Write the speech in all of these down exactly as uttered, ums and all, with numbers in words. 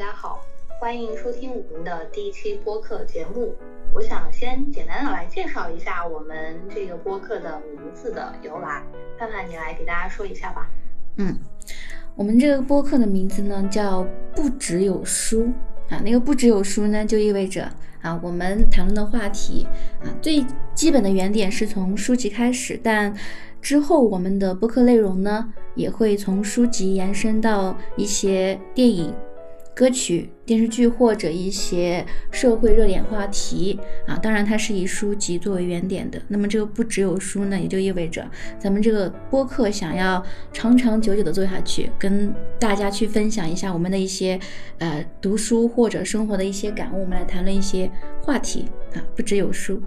家好，欢迎收听我们的第一期播客节目。我想先简单的来介绍一下我们这个播客的名字的由来，盼盼你来给大家说一下吧。 嗯，我们这个播客的名字呢叫不只有书啊，那个不只有书呢就意味着啊，我们谈论的话题啊，最基本的原点是从书籍开始，但之后我们的播客内容呢也会从书籍延伸到一些电影、歌曲、电视剧或者一些社会热点话题啊，当然它是以书籍作为原点的。那么这个不只有书呢，也就意味着咱们这个播客想要长长久久的做下去，跟大家去分享一下我们的一些呃读书或者生活的一些感悟，我们来谈论一些话题啊，不只有书。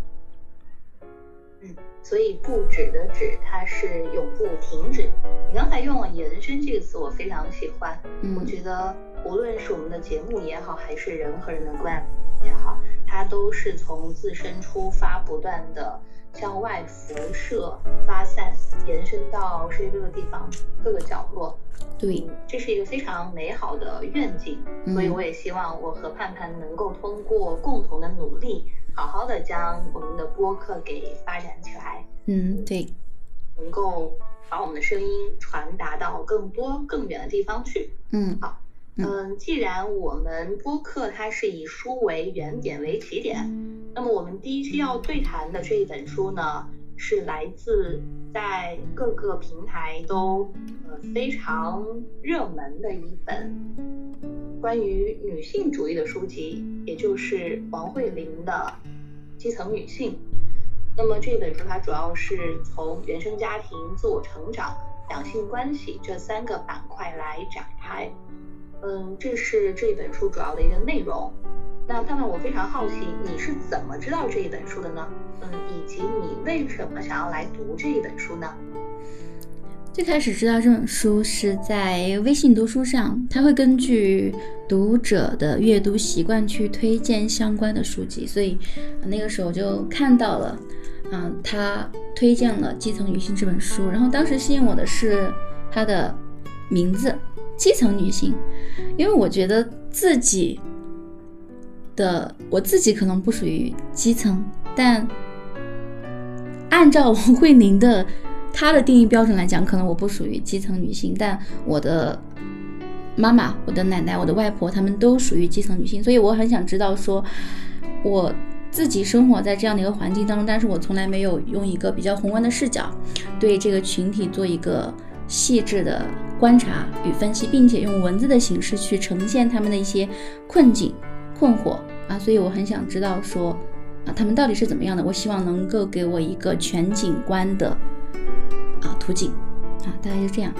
嗯，所以不止的止，它是永不停止。你刚才用了延伸这个词，我非常喜欢。嗯，我觉得无论是我们的节目也好，还是人和人的关系也好，它都是从自身出发，不断的向外辐射、发散、延伸到世界各个地方、各个角落。 对、 嗯，这是一个非常美好的愿景。嗯，所以我也希望我和盼盼能够通过共同的努力，好好的将我们的播客给发展起来。 嗯，对， 能够把我们的声音传达到更多更远的地方去。 嗯， 好，嗯，既然我们播客它是以书为原点为起点，那么我们第一期要对谈的这一本书呢，是来自在各个平台都呃非常热门的一本关于女性主义的书籍，也就是王慧玲的《基层女性》。那么这本书它主要是从原生家庭、自我成长、两性关系这三个板块来展开。嗯，这是这本书主要的一个内容。那盼盼，我非常好奇，你是怎么知道这一本书的呢？嗯，以及你为什么想要来读这一本书呢？ 最开始知道这本书是在微信读书上，它会根据读者的阅读习惯去推荐相关的书籍，所以那个时候就看到了嗯，他推荐了《基层女性》这本书，然后当时吸引我的是它的名字基层女性，因为我觉得自己的我自己可能不属于基层，但按照王慧玲的她的定义标准来讲，可能我不属于基层女性，但我的妈妈、我的奶奶、我的外婆她们都属于基层女性，所以我很想知道说我自己生活在这样的一个环境当中，但是我从来没有用一个比较宏观的视角对这个群体做一个细致的观察与分析，并且用文字的形式去呈现他们的一些困境、困惑啊，所以我很想知道说啊，他们到底是怎么样的，我希望能够给我一个全景观的啊图景啊，大概就这样。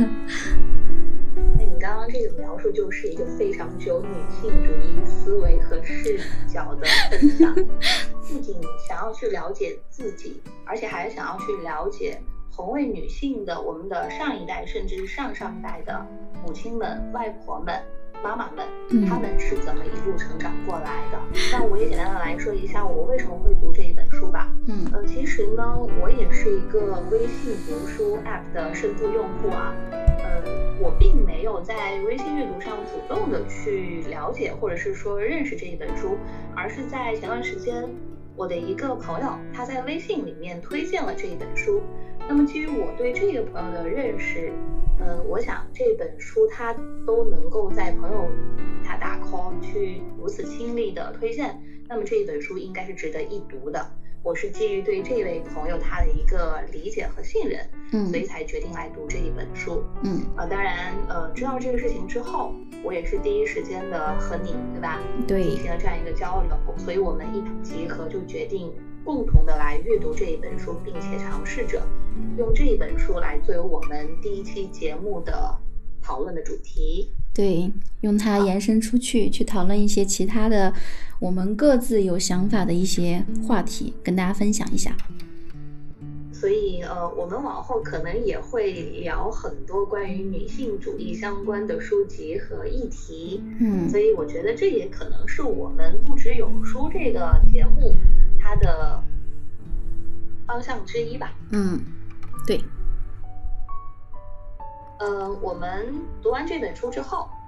那你刚刚这个描述就是一个非常具有女性主义思维和视角的分享，不仅想要去了解自己，而且还想要去了解同为女性的我们的上一代甚至上上代的母亲们、外婆们、妈妈们，她们是怎么一路成长过来的。那我也简单的来说一下我为什么会读这一本书吧。嗯、呃，其实呢，我也是一个微信读书 app 的深度用户啊。呃，我并没有在微信阅读上主动的去了解或者是说认识这一本书，而是在前段时间我的一个朋友他在微信里面推荐了这一本书。那么基于我对这个朋友的认识，呃，我想这本书他都能够在朋友他打 call 去如此亲力的推荐，那么这一本书应该是值得一读的。我是基于对这位朋友他的一个理解和信任，嗯，所以才决定来读这一本书，嗯，啊、呃，当然，呃，知道这个事情之后，我也是第一时间的和你，对吧？ 对， 进行了这样一个交流，所以我们一集合就决定共同的来阅读这一本书，并且尝试着用这一本书来作为我们第一期节目的讨论的主题。 对，用它延伸出去，去讨论一些其他的我们各自有想法的一些话题，跟大家分享一下。 所以呃，我们往后可能也会聊很多关于女性主义相关的书籍和议题。嗯，所以我觉得这也可能是我们不只有书这个节目它的方向之一吧。 嗯，对。 呃，我们读完这本书之后，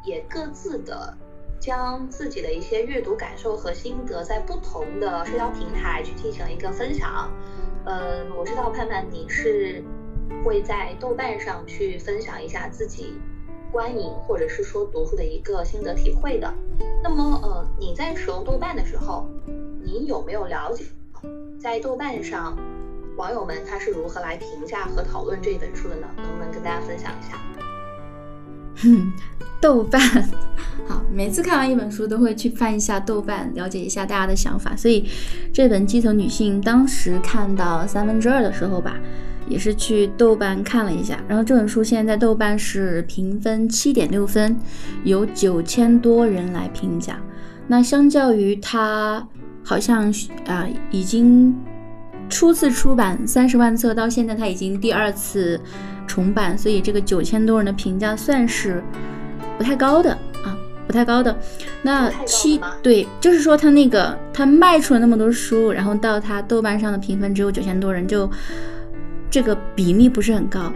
也各自的将自己的一些阅读感受和心得在不同的社交平台去进行一个分享。呃，我知道盼盼你是会在豆瓣上去分享一下自己观影或者是说读书的一个心得体会的。那么呃，你在使用豆瓣的时候，你有没有了解在豆瓣上网友们他是如何来评价和讨论这本书的呢？能不能跟大家分享一下？ 嗯，豆瓣，好，每次看完一本书都会去翻一下豆瓣，了解一下大家的想法。所以这本《基层女性》当时看到三分之二的时候吧，也是去豆瓣看了一下。然后这本书现在在豆瓣是评分七点六分，有九千多人来评价。那相较于它好像啊、呃、已经初次出版三十万册，到现在它已经第二次重版，所以这个九千多人的评价算是不太高的啊，不太高的。那七对，就是说他那个他卖出了那么多书，然后到他豆瓣上的评分只有九千多人，就这个比例不是很高。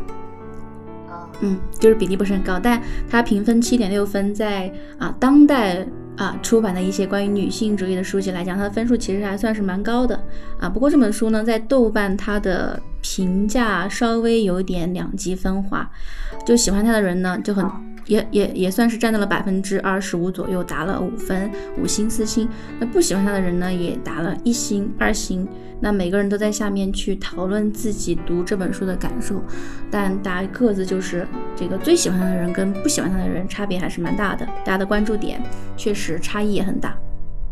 嗯，就是比例不是很高，但他评分七点六分，在啊当代啊出版的一些关于女性主义的书籍来讲，它的分数其实还算是蛮高的啊。不过这本书呢，在豆瓣它的评价稍微有点两极分化，就喜欢它的人呢就很也也也算是占到了百分之二十五左右，打了五分，五星四星。那不喜欢它的人呢，也打了一星二星。那每个人都在下面去讨论自己读这本书的感受，但大家各自就是这个最喜欢他的人跟不喜欢他的人差别还是蛮大的，大家的关注点确实差异也很大。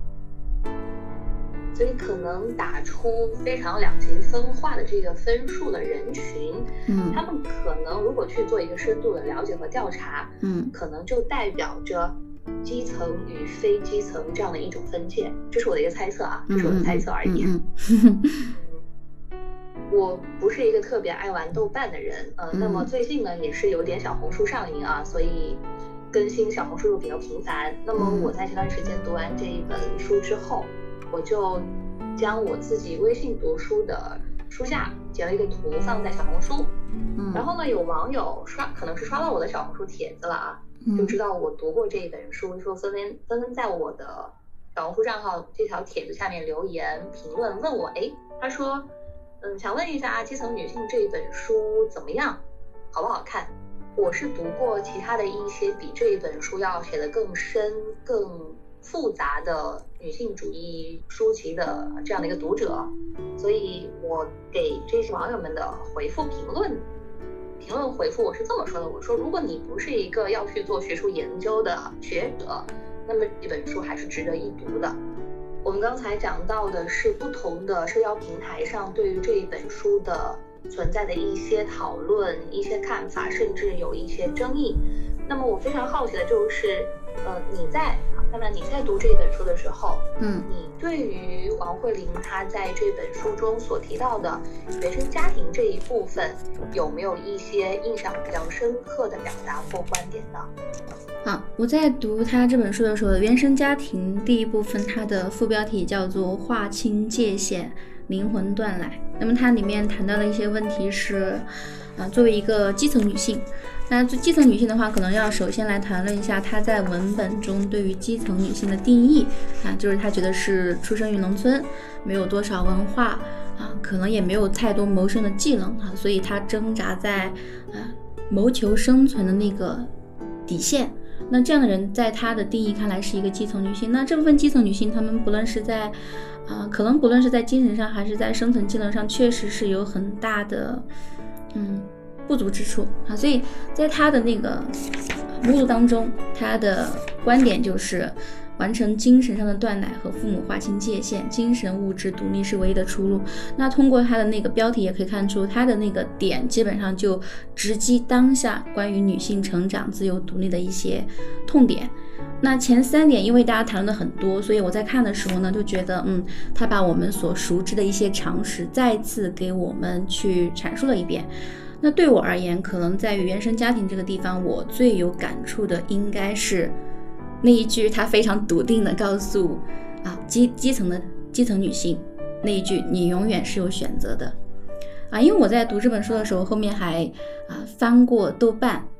所以可能打出非常两极分化的这个分数的人群，嗯，他们可能如果去做一个深度的了解和调查，嗯，可能就代表着基层与非基层这样的一种分界，这是我的一个猜测啊，这是我的猜测而已。嗯嗯嗯、我不是一个特别爱玩豆瓣的人，呃，嗯、那么最近呢也是有点小红书上瘾啊，所以更新小红书又比较频繁。那么我在这段时间读完这一本书之后，我就将我自己微信读书的书架截了一个图放在小红书，嗯、然后呢有网友刷，可能是刷到我的小红书帖子了啊。就知道我读过这一本书，说纷纷纷纷在我的小红书账号这条帖子下面留言评论，问我，哎，他说，嗯，想问一下《基层女性》这一本书怎么样，好不好看？我是读过其他的一些比这一本书要写得更深、更复杂的女性主义书籍的这样的一个读者，所以我给这些网友们的回复评论。评论回复我是这么说的，我说如果你不是一个要去做学术研究的学者，那么这本书还是值得一读的。我们刚才讲到的是不同的社交平台上对于这一本书的存在的一些讨论、一些看法，甚至有一些争议。那么我非常好奇的就是，呃，你在看看你在读这本书的时候，嗯，你对于王慧玲她在这本书中所提到的原生家庭这一部分，有没有一些印象比较深刻的表达或观点呢？ 好，我在读他这本书的时候，原生家庭第一部分，它的副标题叫做划清界限，灵魂断奶。那么它里面谈到的一些问题是，啊，作为一个基层女性，那基层女性的话，可能要首先来谈论一下她在文本中对于基层女性的定义啊，就是她觉得是出生于农村，没有多少文化啊，可能也没有太多谋生的技能啊，所以她挣扎在啊谋求生存的那个底线。那这样的人在她的定义看来是一个基层女性。那这部分基层女性，她们不论是在啊，可能不论是在精神上还是在生存技能上，确实是有很大的嗯不足之处啊。所以在她的那个目录当中，她的观点就是完成精神上的断奶和父母划清界限，精神物质独立是唯一的出路。那通过她的那个标题也可以看出，她的那个点基本上就直击当下关于女性成长、自由独立的一些痛点。那前三点因为大家谈论的很多，所以我在看的时候呢，就觉得嗯，他把我们所熟知的一些常识再次给我们去阐述了一遍。那对我而言，可能在于原生家庭这个地方，我最有感触的应该是那一句他非常笃定的告诉啊基基层的基层女性那一句，你永远是有选择的啊。因为我在读这本书的时候，后面还啊翻过豆瓣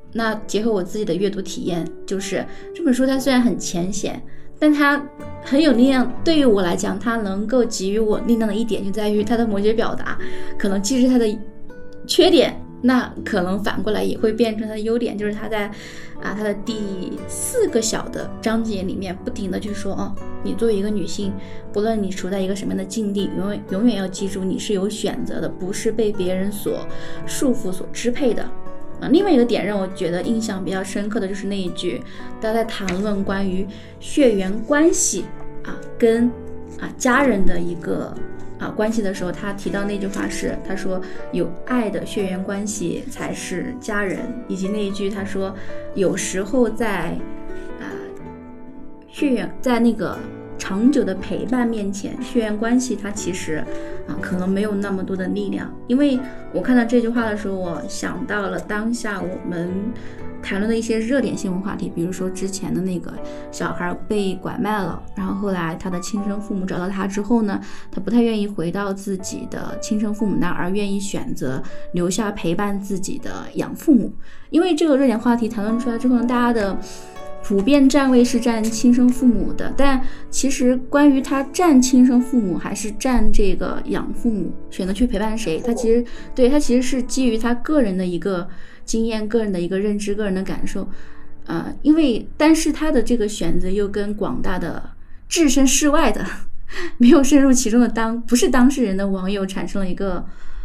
那结合我自己的阅读体验，就是这本书它虽然很浅显，但它很有力量。对于我来讲，它能够给予我力量的一点就在于它的某些表达，可能既是它的缺点，那可能反过来也会变成它的优点。就是它在啊它的第四个小的章节里面，不停的去说，哦，你作为一个女性，不论你处在一个什么样的境地，永远永远要记住，你是有选择的，不是被别人所束缚、所支配的。啊，另外一个点让我觉得印象比较深刻的就是那一句，他在谈论关于血缘关系啊跟啊家人的一个啊关系的时候，他提到那句话是，他说有爱的血缘关系才是家人，以及那一句他说有时候在啊血缘在那个长久的陪伴面前，血缘关系它其实啊可能没有那么多的力量。因为我看到这句话的时候，我想到了当下我们谈论的一些热点新闻话题，比如说之前的那个小孩被拐卖了，然后后来他的亲生父母找到他之后呢，他不太愿意回到自己的亲生父母那儿，而愿意选择留下陪伴自己的养父母。因为这个热点话题谈论出来之后呢，大家的普遍站位是站亲生父母的，但其实关于他站亲生父母还是站这个养父母，选择去陪伴谁，他其实对他其实是基于他个人的一个经验、个人的一个认知、个人的感受，呃，因为但是他的这个选择又跟广大的置身事外的、没有深入其中的当不是当事人的网友产生了一个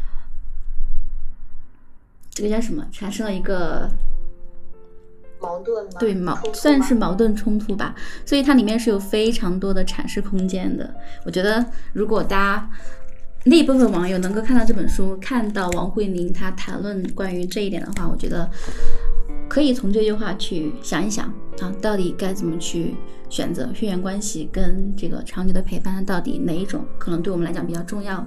这个叫什么？产生了一个。 矛盾吗？ 对，矛算是矛盾冲突吧，所以它里面是有非常多的阐释空间的。我觉得如果大家那部分网友能够看到这本书，看到王慧玲她谈论关于这一点的话，我觉得可以从这句话去想一想啊，到底该怎么去选择血缘关系跟这个长久的陪伴，到底哪一种可能对我们来讲比较重要。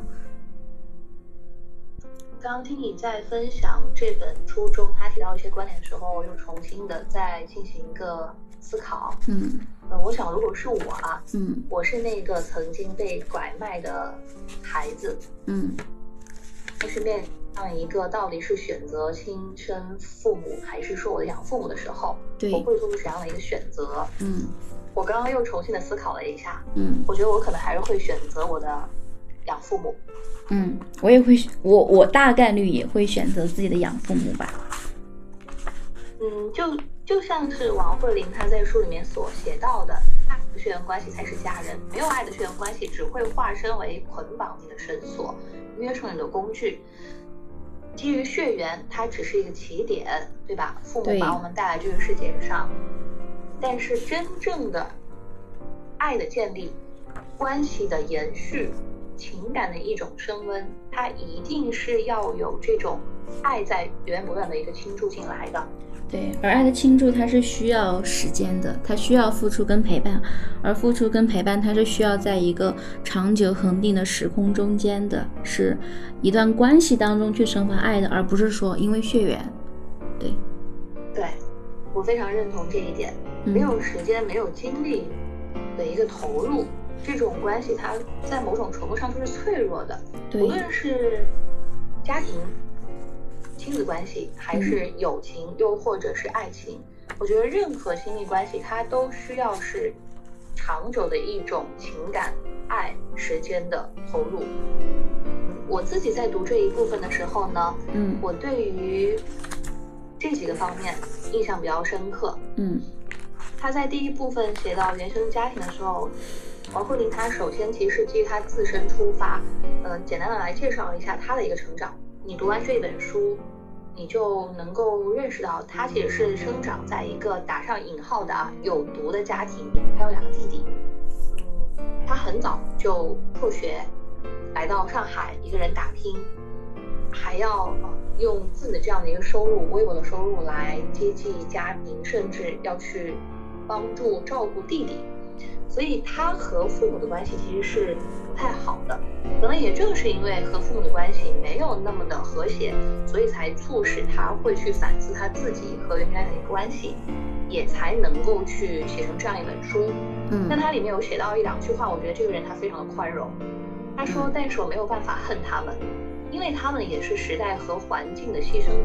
刚刚听你在分享这本书中他提到一些观点的时候，我又重新的再进行一个思考。嗯，呃，我想如果是我啊，嗯，我是那个曾经被拐卖的孩子，嗯，就是面向一个到底是选择亲生父母还是说我的养父母的时候，对，我会做出怎样的一个选择？嗯，我刚刚又重新的思考了一下，嗯，我觉得我可能还是会选择我的养父母。 嗯，我也会，我我大概率也会选择自己的养父母吧。 嗯，就就像是王慧玲她在书里面所写到的，爱的血缘关系才是家人，没有爱的血缘关系只会化身为捆绑你的绳索，约束你的工具。基于血缘，它只是一个起点，对吧？父母把我们带来这个世界上，但是真正的爱的建立，关系的延续，情感的一种升温，它一定是要有这种爱在源源不断的一个倾注进来的。 对，而爱的倾注它是需要时间的，它需要付出跟陪伴，而付出跟陪伴它是需要在一个长久恒定的时空中间的，是一段关系当中去升华爱的，而不是说因为血缘。对， 对，我非常认同这一点。没有时间、没有精力的一个投入，这种关系它在某种程度上就是脆弱的。无论是家庭、亲子关系，还是友情，又或者是爱情，我觉得任何亲密关系它都需要是长久的一种情感、爱、时间的投入。我自己在读这一部分的时候呢，嗯，我对于这几个方面印象比较深刻。嗯，他在第一部分写到原生家庭的时候，王慧玲她首先其实是基于她自身出发，呃，简单的来介绍一下她的一个成长。你读完这一本书，你就能够认识到她其实是生长在一个打上引号的啊有毒的家庭，还有两个弟弟。嗯，她很早就辍学，来到上海一个人打拼，还要、呃、用自己的这样的一个收入，微薄的收入来接济家庭，甚至要去帮助照顾弟弟。所以他和父母的关系其实是不太好的，可能也正是因为和父母的关系没有那么的和谐，所以才促使他会去反思他自己和原来的关系，也才能够去写成这样一本书。嗯，但他里面有写到一两句话，我觉得这个人他非常的宽容。他说，但是我没有办法恨他们，因为他们也是时代和环境的牺牲品，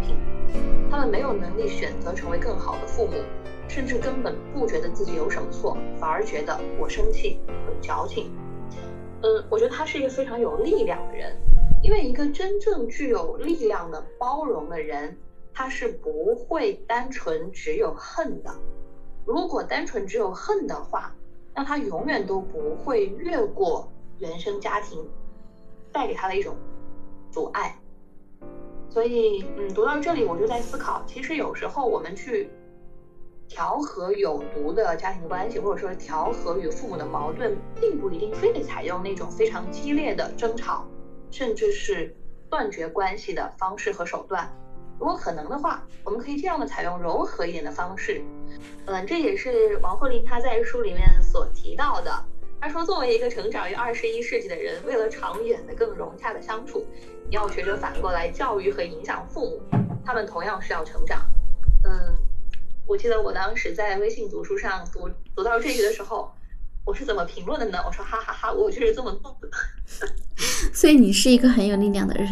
他们没有能力选择成为更好的父母，甚至根本不觉得自己有什么错，反而觉得我生气，我矫情。嗯，我觉得他是一个非常有力量的人，因为一个真正具有力量的包容的人，他是不会单纯只有恨的。如果单纯只有恨的话，那他永远都不会越过原生家庭带给他的一种阻碍。所以嗯，读到这里我就在思考，其实有时候我们去调和有毒的家庭关系，或者说调和与父母的矛盾，并不一定非得采用那种非常激烈的争吵，甚至是断绝关系的方式和手段。如果可能的话，我们可以这样的采用柔和一点的方式。嗯，这也是王慧玲她在书里面所提到的。她说，作为一个成长于二十一世纪的人，为了长远的更融洽的相处，你要学着反过来教育和影响父母，他们同样是要成长。嗯，我记得我当时在微信读书上读读到这句的时候，我是怎么评论的呢？我说哈哈哈，我就是这么弄的。 所以你是一个很有力量的人。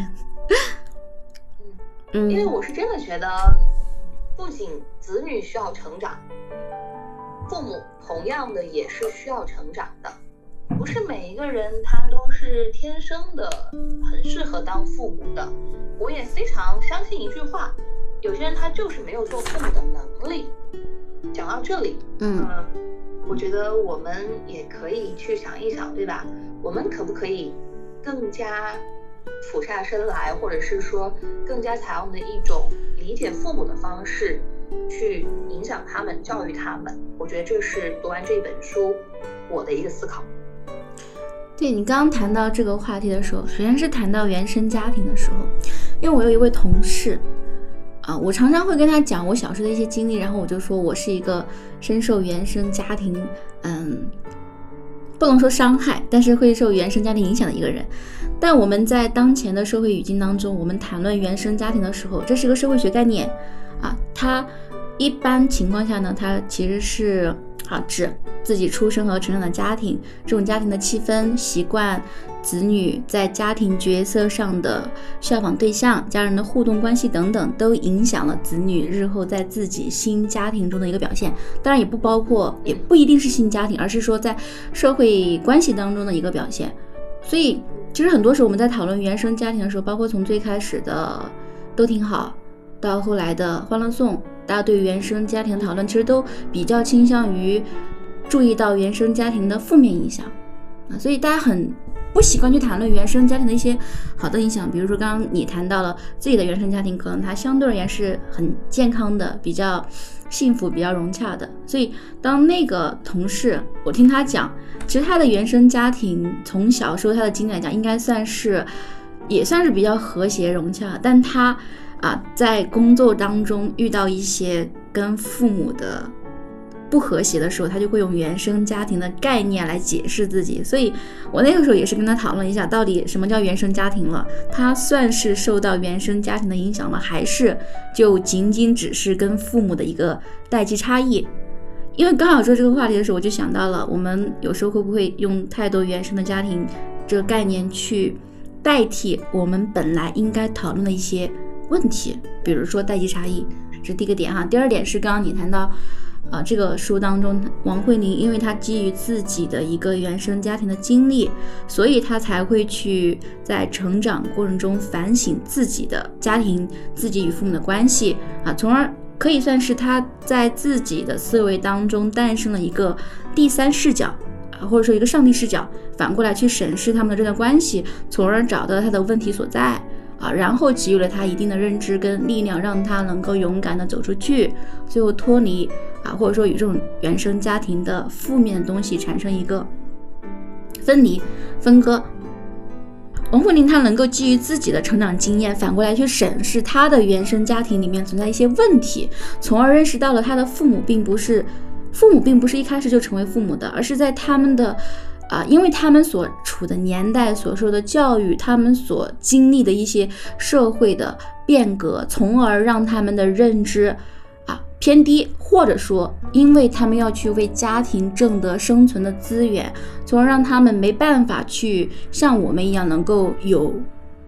嗯，因为我是真的觉得，不仅子女需要成长，父母同样的也是需要成长的。不是每一个人他都是天生的很适合当父母的。我也非常相信一句话，有些人他就是没有做父母的能力。讲到这里， 嗯、 呃，我觉得我们也可以去想一想，对吧？我们可不可以更加俯下身来，或者是说更加采用的一种理解父母的方式去影响他们，教育他们。我觉得这是读完这本书我的一个思考。 对，你刚刚谈到这个话题的时候，首先是谈到原生家庭的时候，因为我有一位同事啊，我常常会跟他讲我小时候的一些经历，然后我就说我是一个深受原生家庭嗯不能说伤害，但是会受原生家庭影响的一个人。但我们在当前的社会语境当中，我们谈论原生家庭的时候，这是个社会学概念啊，它一般情况下呢，它其实是啊指自己出生和成长的家庭，这种家庭的气氛、习惯、子女在家庭角色上的效仿对象、家人的互动关系等等，都影响了子女日后在自己新家庭中的一个表现。当然也不包括，也不一定是新家庭，而是说在社会关系当中的一个表现。所以其实很多时候我们在讨论原生家庭的时候，包括从最开始的都挺好到后来的欢乐颂，大家对原生家庭的讨论其实都比较倾向于注意到原生家庭的负面影响啊，所以大家很不习惯去谈论原生家庭的一些好的影响。比如说刚刚你谈到了自己的原生家庭，可能它相对而言是很健康的，比较幸福，比较融洽的。所以当那个同事我听他讲，其实他的原生家庭从小时候他的经历来讲，应该算是也算是比较和谐融洽，但他啊在工作当中遇到一些跟父母的不和谐的时候，他就会用原生家庭的概念来解释自己。所以我那个时候也是跟他讨论一下，到底什么叫原生家庭了，他算是受到原生家庭的影响了，还是就仅仅只是跟父母的一个代际差异。因为刚好说这个话题的时候，我就想到了我们有时候会不会用太多原生的家庭这个概念去代替我们本来应该讨论的一些问题，比如说代际差异，这是第一个点哈。第二点是刚刚你谈到啊，这个书当中王慧玲因为她基于自己的一个原生家庭的经历，所以她才会去在成长过程中反省自己的家庭，自己与父母的关系啊，从而可以算是她在自己的思维当中诞生了一个第三视角啊，或者说一个上帝视角，反过来去审视他们的这段关系，从而找到他的问题所在啊，然后给予了他一定的认知跟力量，让他能够勇敢的走出去，最后脱离啊，或者说与这种原生家庭的负面的东西产生一个分离分割。王慧玲她能够基于自己的成长经验，反过来去审视她的原生家庭里面存在一些问题，从而认识到了她的父母并不是父母并不是一开始就成为父母的，而是在他们的啊，因为他们所处的年代所受的教育，他们所经历的一些社会的变革，从而让他们的认知啊偏低，或者说因为他们要去为家庭挣得生存的资源，从而让他们没办法去像我们一样能够有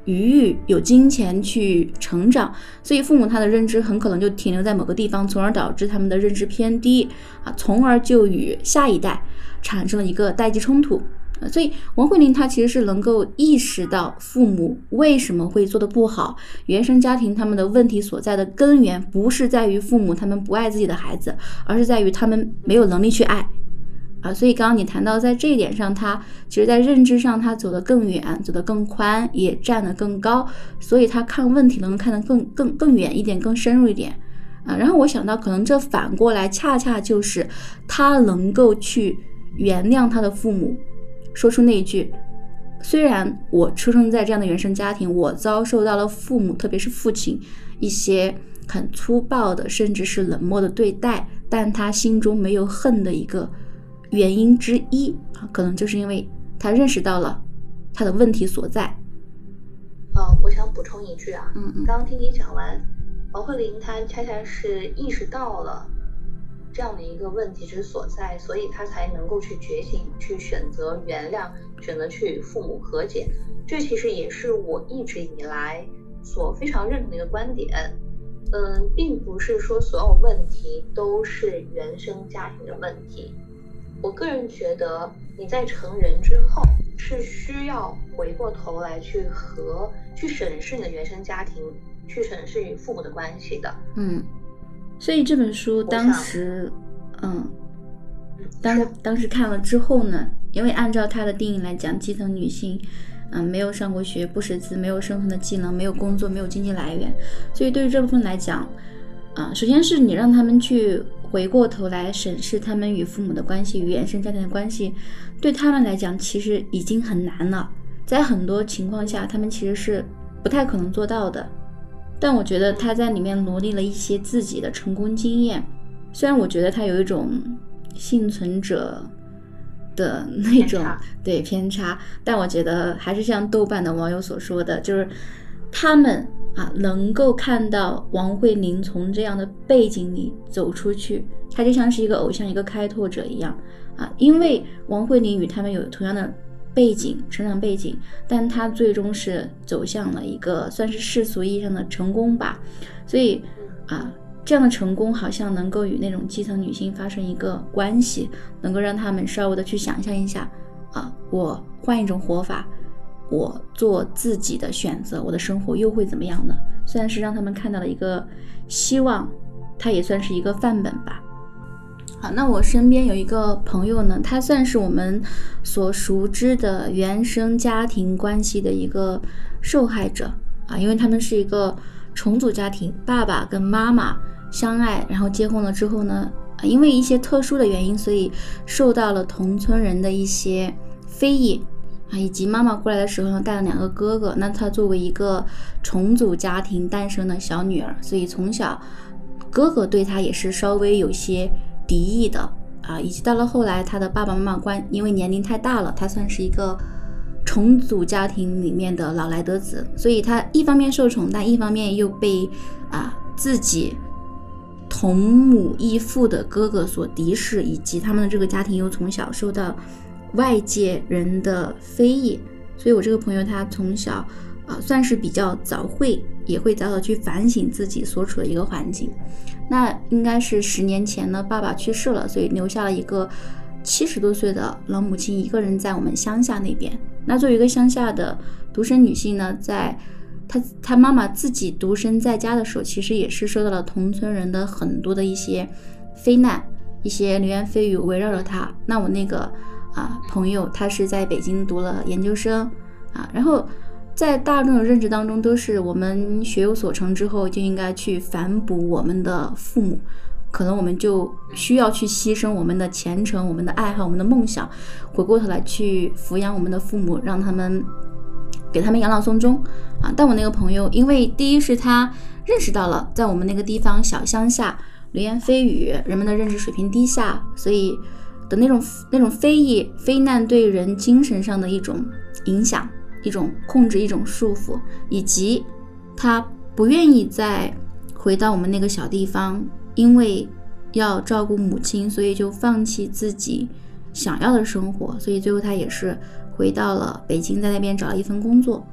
余裕、有金钱去成长，所以父母他的认知很可能就停留在某个地方，从而导致他们的认知偏低啊，从而就与下一代产生了一个代际冲突。所以王慧玲她其实是能够意识到父母为什么会做得不好，原生家庭他们的问题所在的根源不是在于父母他们不爱自己的孩子，而是在于他们没有能力去爱啊。所以刚刚你谈到在这一点上，他其实在认知上他走得更远，走得更宽，也站得更高，所以他看问题能看得更更更远一点，更深入一点啊。然后我想到可能这反过来恰恰就是他能够去原谅他的父母，说出那一句，虽然我出生在这样的原生家庭，我遭受到了父母特别是父亲一些很粗暴的甚至是冷漠的对待，但他心中没有恨的一个原因之一啊，可能就是因为他认识到了他的问题所在。 呃，我想补充一句啊， 嗯嗯， 刚刚听你讲完，王慧玲她恰恰是意识到了这样的一个问题之所在，所以他才能够去觉醒，去选择原谅，选择去父母和解。这其实也是我一直以来所非常认同的一个观点。嗯，并不是说所有问题都是原生家庭的问题。我个人觉得你在成人之后是需要回过头来去和去审视你的原生家庭，去审视与父母的关系的。 嗯。所以这本书当时嗯当当时看了之后呢，因为按照它的定义来讲，基层女性嗯没有上过学，不识字，没有生存的技能，没有工作，没有经济来源，所以对于这部分来讲啊，首先是你让他们去回过头来审视他们与父母的关系，与原生家庭的关系，对他们来讲其实已经很难了，在很多情况下他们其实是不太可能做到的。但我觉得他在里面罗列了一些自己的成功经验，虽然我觉得他有一种幸存者的那种偏对偏差，但我觉得还是像豆瓣的网友所说的，就是他们啊能够看到王慧玲从这样的背景里走出去，他就像是一个偶像，一个开拓者一样啊，因为王慧玲与他们有同样的背景成长背景，但他最终是走向了一个算是世俗意义上的成功吧，所以啊这样的成功好像能够与那种基层女性发生一个关系，能够让他们稍微的去想象一下啊，我换一种活法，我做自己的选择，我的生活又会怎么样呢？虽然是让他们看到了一个希望，它也算是一个范本吧。好，那我身边有一个朋友呢，他算是我们所熟知的原生家庭关系的一个受害者啊，因为他们是一个重组家庭，爸爸跟妈妈相爱，然后结婚了之后呢，因为一些特殊的原因，所以受到了同村人的一些非议啊，以及妈妈过来的时候呢，带了两个哥哥，那他作为一个重组家庭诞生的小女儿，所以从小哥哥对他也是稍微有些敌意的啊，以及到了后来他的爸爸妈妈关因为年龄太大了，他算是一个重组家庭里面的老来得子，所以他一方面受宠，但一方面又被啊自己同母异父的哥哥所敌视，以及他们的这个家庭又从小受到外界人的非议，所以我这个朋友他从小啊算是比较早会，也会早早去反省自己所处的一个环境。那应该是十年前呢，爸爸去世了，所以留下了一个七十多岁的老母亲一个人在我们乡下那边。那作为一个乡下的独生女性呢，在她她妈妈自己独身在家的时候，其实也是受到了同村人的很多的一些非难，一些流言蜚语围绕着她。那我那个啊朋友，他是在北京读了研究生啊，然后在大众的认知当中，都是我们学有所成之后就应该去反哺我们的父母，可能我们就需要去牺牲我们的前程、我们的爱好、我们的梦想，回过头来去抚养我们的父母，让他们给他们养老送终啊。但我那个朋友，因为第一是他认识到了在我们那个地方小乡下流言蜚语，人们的认知水平低下，所以的那种那种非议非难对人精神上的一种影响，一种控制，一种束缚，以及他不愿意再回到我们那个小地方，因为要照顾母亲，所以就放弃自己想要的生活，所以最后他也是回到了北京，在那边找了一份工作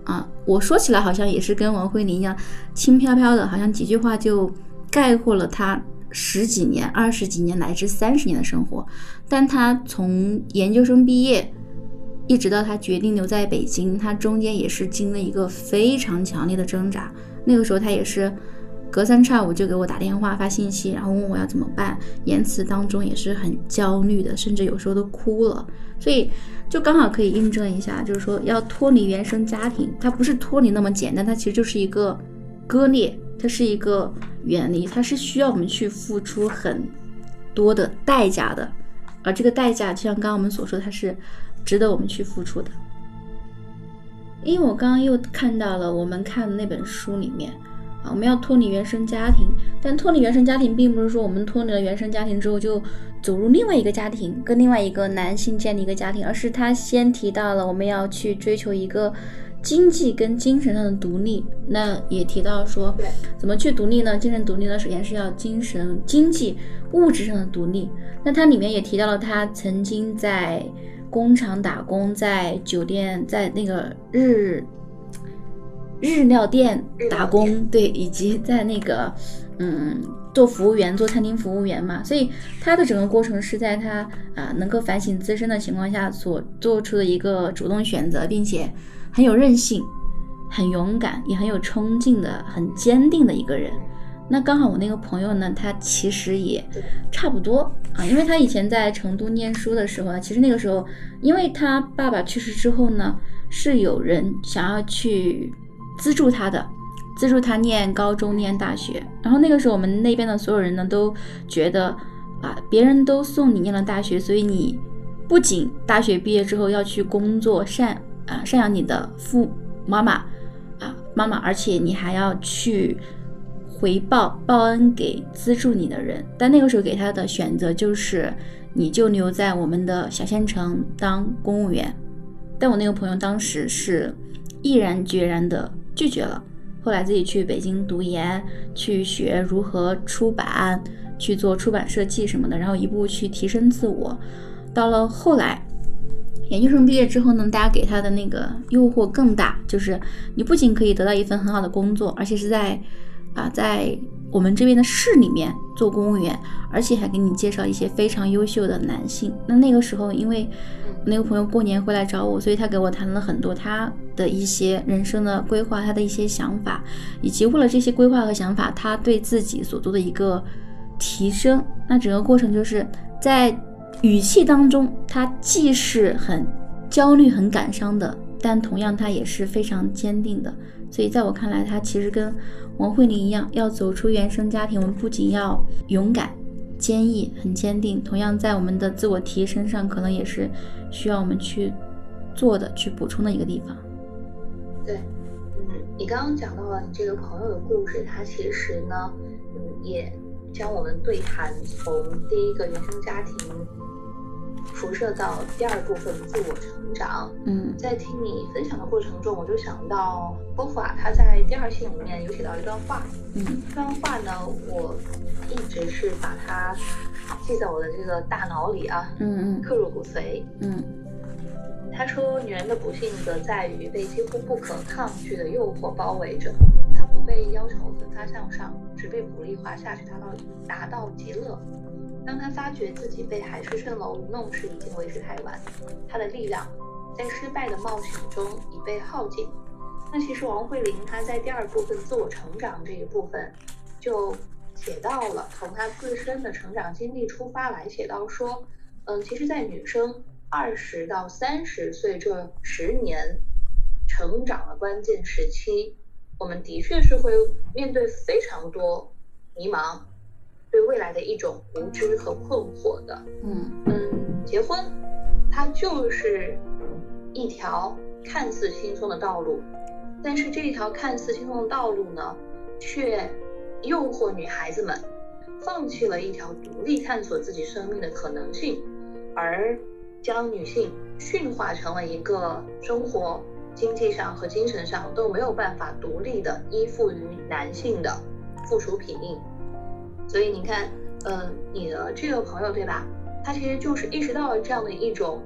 啊，我说起来好像也是跟王慧玲一样轻飘飘的，好像几句话就概括了她十几年、二十几年乃至三十年的生活。但她从研究生毕业一直到她决定留在北京，她中间也是经历一个非常强烈的挣扎。那个时候她也是隔三差五就给我打电话发信息，然后问我要怎么办，言辞当中也是很焦虑的，甚至有时候都哭了。所以就刚好可以印证一下，就是说要脱离原生家庭，它不是脱离那么简单，它其实就是一个割裂，它是一个远离，它是需要我们去付出很多的代价的，而这个代价就像刚刚我们所说，它是值得我们去付出的。因为我刚刚又看到了我们看的那本书里面啊，我们要脱离原生家庭，但脱离原生家庭并不是说我们脱离了原生家庭之后就走入另外一个家庭，跟另外一个男性建立一个家庭，而是他先提到了我们要去追求一个经济跟精神上的独立。那也提到说怎么去独立呢？精神独立呢，首先是要精神、经济、物质上的独立。那它里面也提到了他曾经在工厂打工，在酒店，在那个日日料店打工，对，以及在那个嗯做服务员，做餐厅服务员嘛。所以他的整个过程是在他啊能够反省自身的情况下所做出的一个主动选择，并且很有韧性、很勇敢，也很有冲劲的、很坚定的一个人。那刚好我那个朋友呢，他其实也差不多啊，因为他以前在成都念书的时候呢，其实那个时候因为他爸爸去世之后呢，是有人想要去资助他的，资助他念高中念大学。然后那个时候我们那边的所有人呢都觉得啊，别人都送你念了大学，所以你不仅大学毕业之后要去工作赡啊赡养你的父妈妈啊妈妈，而且你还要去回报报恩给资助你的人。但那个时候给他的选择就是你就留在我们的小县城当公务员。但我那个朋友当时是毅然决然的拒绝了，后来自己去北京读研，去学如何出版，去做出版设计什么的，然后一步去提升自我。到了后来研究生毕业之后呢，大家给他的那个诱惑更大，就是你不仅可以得到一份很好的工作，而且是在啊，在我们这边的市里面做公务员，而且还给你介绍一些非常优秀的男性。那那个时候因为我那个朋友过年回来找我，所以他给我谈了很多他的一些人生的规划，他的一些想法，以及为了这些规划和想法他对自己所做的一个提升。那整个过程就是在语气当中他既是很焦虑很感伤的，但同样他也是非常坚定的。所以在我看来，他其实跟王慧玲一样，要走出原生家庭，我们不仅要勇敢、坚毅、很坚定，同样在我们的自我提升上，可能也是需要我们去做的、去补充的一个地方。 对，嗯，你刚刚讲到了你这个朋友的故事，他其实呢，嗯，也将我们对谈从第一个原生家庭辐射到第二部分自我成长。 嗯， 在听你分享的过程中，我就想到波伏娃他在第二信里面有写到一段话。 嗯， 这段话呢，我一直是把它记在我的这个大脑里啊， 嗯嗯， 刻入骨髓。 嗯， 他说，女人的不幸则在于被几乎不可抗拒的诱惑包围着，她不被要求奋发向上，只被鼓励滑下去，达到达到极乐。当他发觉自己被海市蜃楼愚弄时，已经为时太晚，他的力量在失败的冒险中已被耗尽。那其实王慧玲她在第二部分自我成长这一部分就写到了，从她自身的成长经历出发来写到说，嗯，其实在女生二十到三十岁这十年成长的关键时期，我们的确是会面对非常多迷茫，对未来的一种无知和困惑的。 嗯嗯，结婚它就是一条看似轻松的道路，但是这一条看似轻松的道路呢，却诱惑女孩子们放弃了一条独立探索自己生命的可能性，而将女性驯化成了一个生活经济上和精神上都没有办法独立的依附于男性的附属品。所以你看，呃，你的这个朋友对吧，他其实就是意识到了这样的一种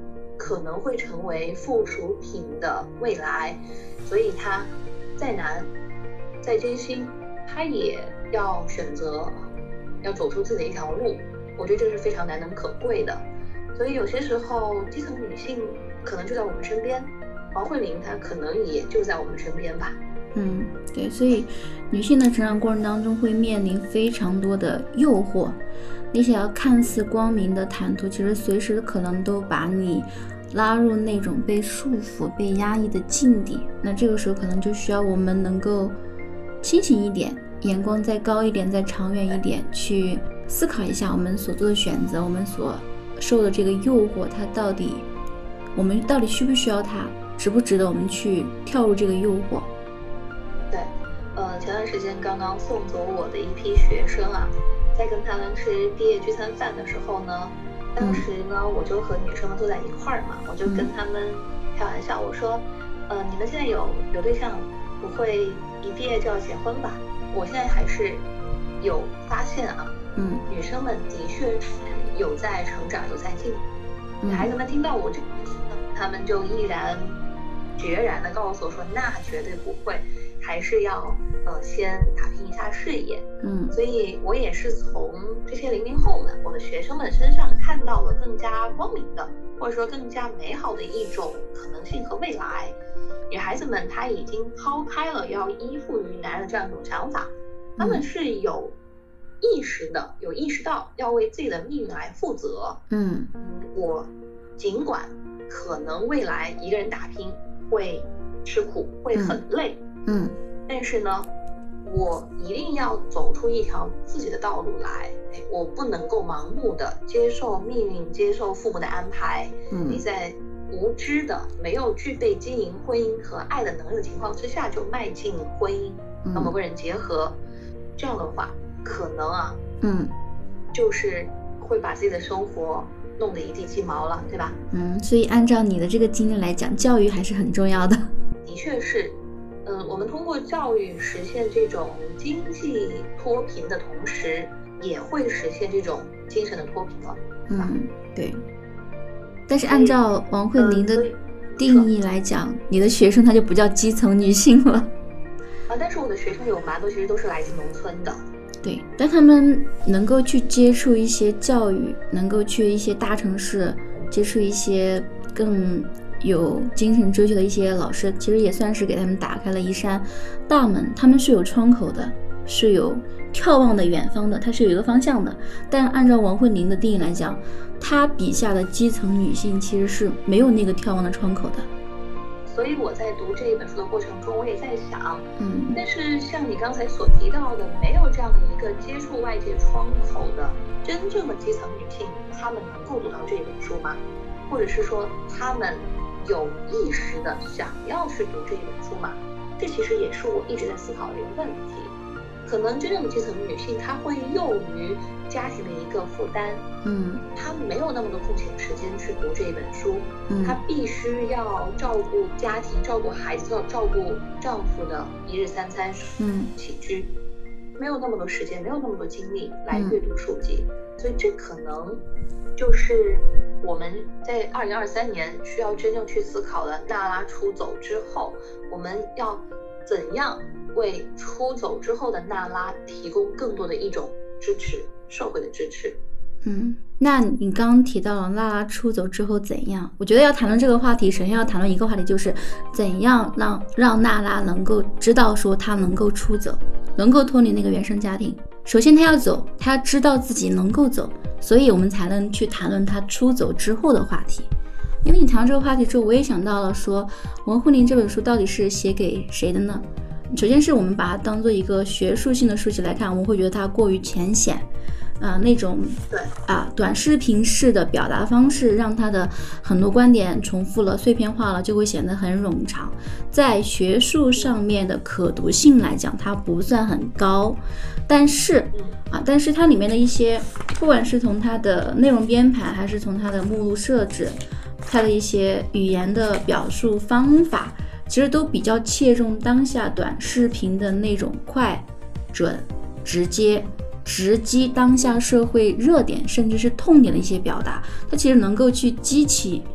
可能会成为附属品的未来，所以他再难再艰辛，他也要选择要走出自己的一条路，我觉得这是非常难能可贵的。所以有些时候基层女性可能就在我们身边，王慧玲她可能也就在我们身边吧。 嗯，对，所以女性的成长过程当中会面临非常多的诱惑，那些看似光明的坦途，其实随时可能都把你拉入那种被束缚、被压抑的境地。那这个时候可能就需要我们能够清醒一点，眼光再高一点，再长远一点，去思考一下我们所做的选择，我们所受的这个诱惑，它到底我们到底需不需要它，值不值得我们去跳入这个诱惑。 对，呃，前段时间刚刚送走我的一批学生啊，在跟他们吃毕业聚餐饭的时候呢，当时呢、嗯、我就和女生们坐在一块儿嘛，我就跟他们开玩笑，我说，呃，你们现在有有对象，不会一毕业就要结婚吧？我现在还是有发现啊，嗯，女生们的确是有在成长，有在进步。孩子们听到我这个，他们就毅然决然的告诉我说，那绝对不会。还是要呃先打拼一下事业，嗯，所以我也是从这些零零后们，我的学生们身上看到了更加光明的，或者说更加美好的一种可能性和未来。女孩子们她已经抛开了要依附于男人这样一种想法，她们是有意识的，有意识到要为自己的命运来负责。嗯，我尽管可能未来一个人打拼会吃苦，会很累。嗯，但是呢，我一定要走出一条自己的道路来。哎，我不能够盲目的接受命运，接受父母的安排。嗯，你在无知的、没有具备经营婚姻和爱的能力的情况之下，就迈进婚姻，和某个人结合，这样的话，可能啊，嗯，就是会把自己的生活弄得一地鸡毛了，对吧？ 嗯，所以按照你的这个经历来讲，教育还是很重要的。 的确是。嗯，我们通过教育实现这种经济脱贫的同时，也会实现这种精神的脱贫了。 嗯，对。但是按照王慧玲的定义来讲，嗯、你的学生她就不叫基层女性了。 啊，但是我的学生有蛮多其实都是来自农村的。 对，但他们能够去接触一些教育，能够去一些大城市接触一些更有精神追求的一些老师，其实也算是给他们打开了一扇大门，他们是有窗口的，是有眺望的远方的，它是有一个方向的。但按照王慧玲的定义来讲，她笔下的基层女性其实是没有那个眺望的窗口的。 所以我在读这一本书的过程中，我也在想，嗯，但是像你刚才所提到的，没有这样的一个接触外界窗口的真正的基层女性，她们能够读到这本书吗？或者是说她们有意识的想要去读这一本书嘛？这其实也是我一直在思考的一个问题。可能真正的基层女性，她会囿于家庭的一个负担，嗯，她没有那么多空闲时间去读这一本书，嗯，她必须要照顾家庭、照顾孩子、照照顾丈夫的一日三餐，嗯，起居，没有那么多时间，没有那么多精力来阅读书籍，嗯，所以这可能就是我们在二零二三年需要真正去思考的。娜拉出走之后，我们要怎样为出走之后的娜拉提供更多的一种支持，社会的支持。 嗯，那你刚刚提到了娜拉出走之后怎样，我觉得要谈论这个话题，首先要谈论一个话题，就是怎样让让娜拉能够知道说她能够出走，能够脱离那个原生家庭。首先她要走，她要知道自己能够走，所以我们才能去谈论她出走之后的话题。因为你谈到这个话题之后，我也想到了说王慧玲这本书到底是写给谁的呢？首先是我们把它当做一个学术性的书籍来看，我们会觉得它过于浅显，啊、呃，那种啊短视频式的表达方式，让它的很多观点重复了、碎片化了，就会显得很冗长。在学术上面的可读性来讲，它不算很高，但是啊，但是它里面的一些，不管是从它的内容编排，还是从它的目录设置，它的一些语言的表述方法，其实都比较切中当下短视频的那种快、准、直接、直击当下社会热点甚至是痛点的一些表达，它其实能够去激起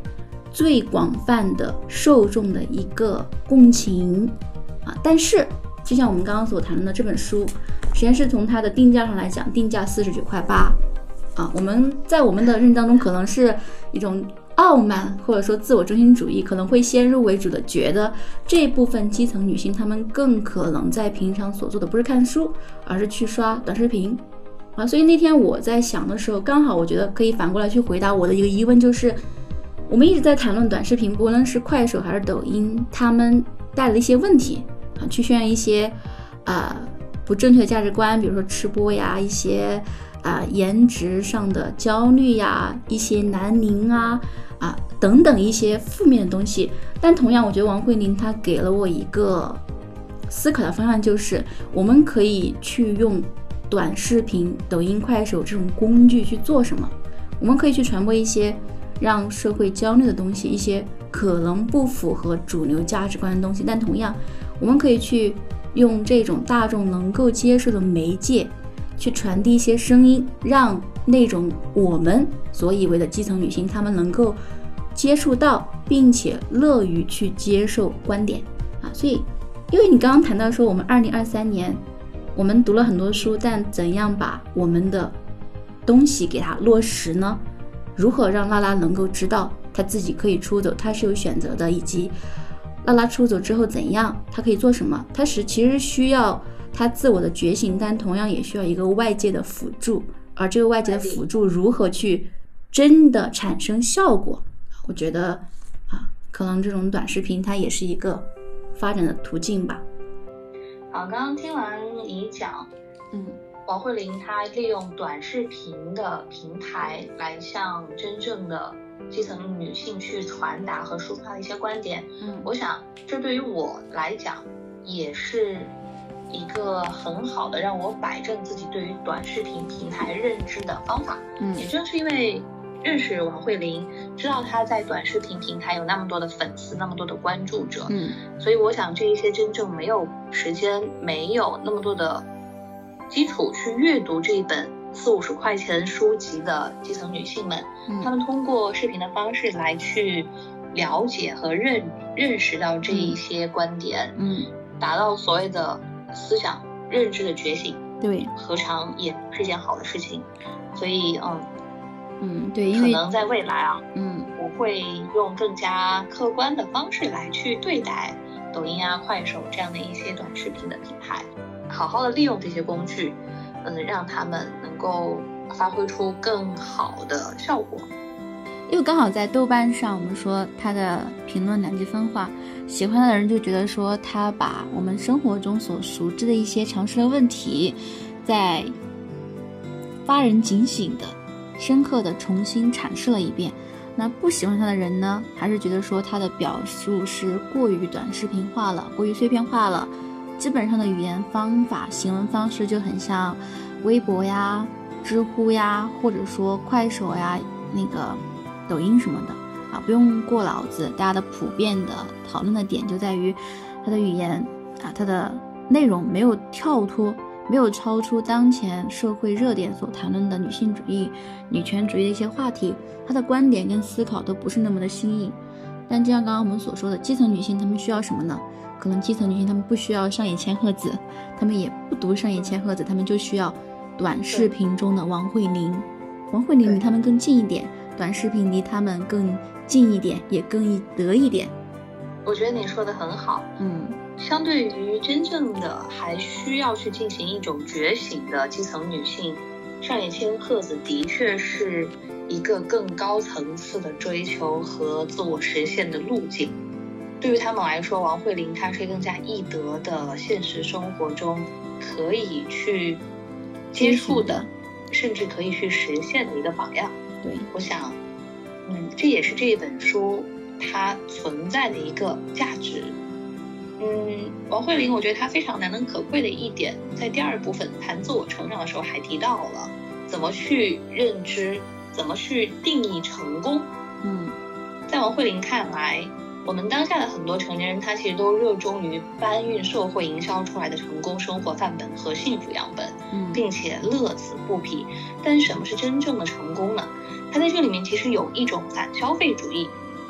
最广泛的受众的一个共情啊。但是就像我们刚刚所谈论的这本书，实验室从它的定价上来讲，定价四十九块八啊，我们在我们的认知当中可能是一种傲慢或者说自我中心主义，可能会先入为主的觉得这部分基层女性她们更可能在平常所做的不是看书，而是去刷短视频啊。所以那天我在想的时候，刚好我觉得可以反过来去回答我的一个疑问，就是我们一直在谈论短视频，不论是快手还是抖音，他们带来的一些问题啊，去渲染一些啊、呃、不正确的价值观，比如说吃播呀，一些啊、呃、颜值上的焦虑呀，一些南宁啊啊等等一些负面的东西。但同样我觉得王慧玲她给了我一个思考的方向，就是我们可以去用短视频、抖音、快手这种工具去做什么。我们可以去传播一些让社会焦虑的东西，一些可能不符合主流价值观的东西，但同样我们可以去用这种大众能够接受的媒介去传递一些声音，让那种我们所以为的基层女性她们能够接触到并且乐于去接受观点啊。所以因为你刚刚谈到说我们二零二三年我们读了很多书，但怎样把我们的东西给它落实呢？如何让拉拉能够知道她自己可以出走，她是有选择的，以及拉拉出走之后怎样，她可以做什么？她是其实需要她自我的觉醒，但同样也需要一个外界的辅助，而这个外界的辅助如何去真的产生效果，我觉得啊，可能这种短视频它也是一个发展的途径吧。 好，刚刚听完你讲，嗯，王慧玲她利用短视频的平台来向真正的基层女性去传达和抒发一些观点，嗯，我想这对于我来讲也是一个很好的让我摆正自己对于短视频平台认知的方法。嗯，也正是因为认识王慧玲，知道她在短视频平台有那么多的粉丝，那么多的关注者，嗯，所以我想这一些真正没有时间，没有那么多的基础去阅读这一本四五十块钱书籍的基层女性们，嗯，她们通过视频的方式来去了解和认认识到这一些观点，嗯，达到所谓的思想认知的觉醒，对，何尝也是件好的事情。所以嗯嗯，对，因为可能在未来啊，嗯，我会用更加客观的方式来去对待抖音啊、快手这样的一些短视频的平台，好好的利用这些工具，嗯，让他们能够发挥出更好的效果。 因为刚好在豆瓣上，我们说他的评论两极分化，喜欢的人就觉得说他把我们生活中所熟知的一些常识的问题，在发人警醒的深刻的重新阐释了一遍。那不喜欢他的人呢，还是觉得说他的表述是过于短视频化了，过于碎片化了，基本上的语言方法、行文方式就很像微博呀、知乎呀，或者说快手呀、那个抖音什么的啊，不用过脑子。大家的普遍的讨论的点就在于它的语言啊，它的内容没有跳脱，没有超出当前社会热点所谈论的女性主义、女权主义的一些话题，她的观点跟思考都不是那么的新颖。但就像刚刚我们所说的，基层女性她们需要什么呢？可能基层女性她们不需要上野千鹤子，她们也不读上野千鹤子，她们就需要短视频中的王慧玲。王慧玲离她们更近一点，短视频离她们更近一点，也更得一点。 我觉得你说的很好，嗯，相对于真正的还需要去进行一种觉醒的基层女性，上野千鹤子的确是一个更高层次的追求和自我实现的路径。对于他们来说，王慧玲她是更加易得的现实生活中可以去接触的，甚至可以去实现的一个榜样。对，我想嗯，这也是这本书它存在的一个价值。嗯，王慧玲我觉得她非常难能可贵的一点，在第二部分谈自我成长的时候还提到了怎么去认知，怎么去定义成功。嗯，在王慧玲看来，我们当下的很多成年人他其实都热衷于搬运社会营销出来的成功生活范本和幸福样本，嗯，并且乐此不疲。但什么是真正的成功呢？它在这里面其实有一种反消费主义、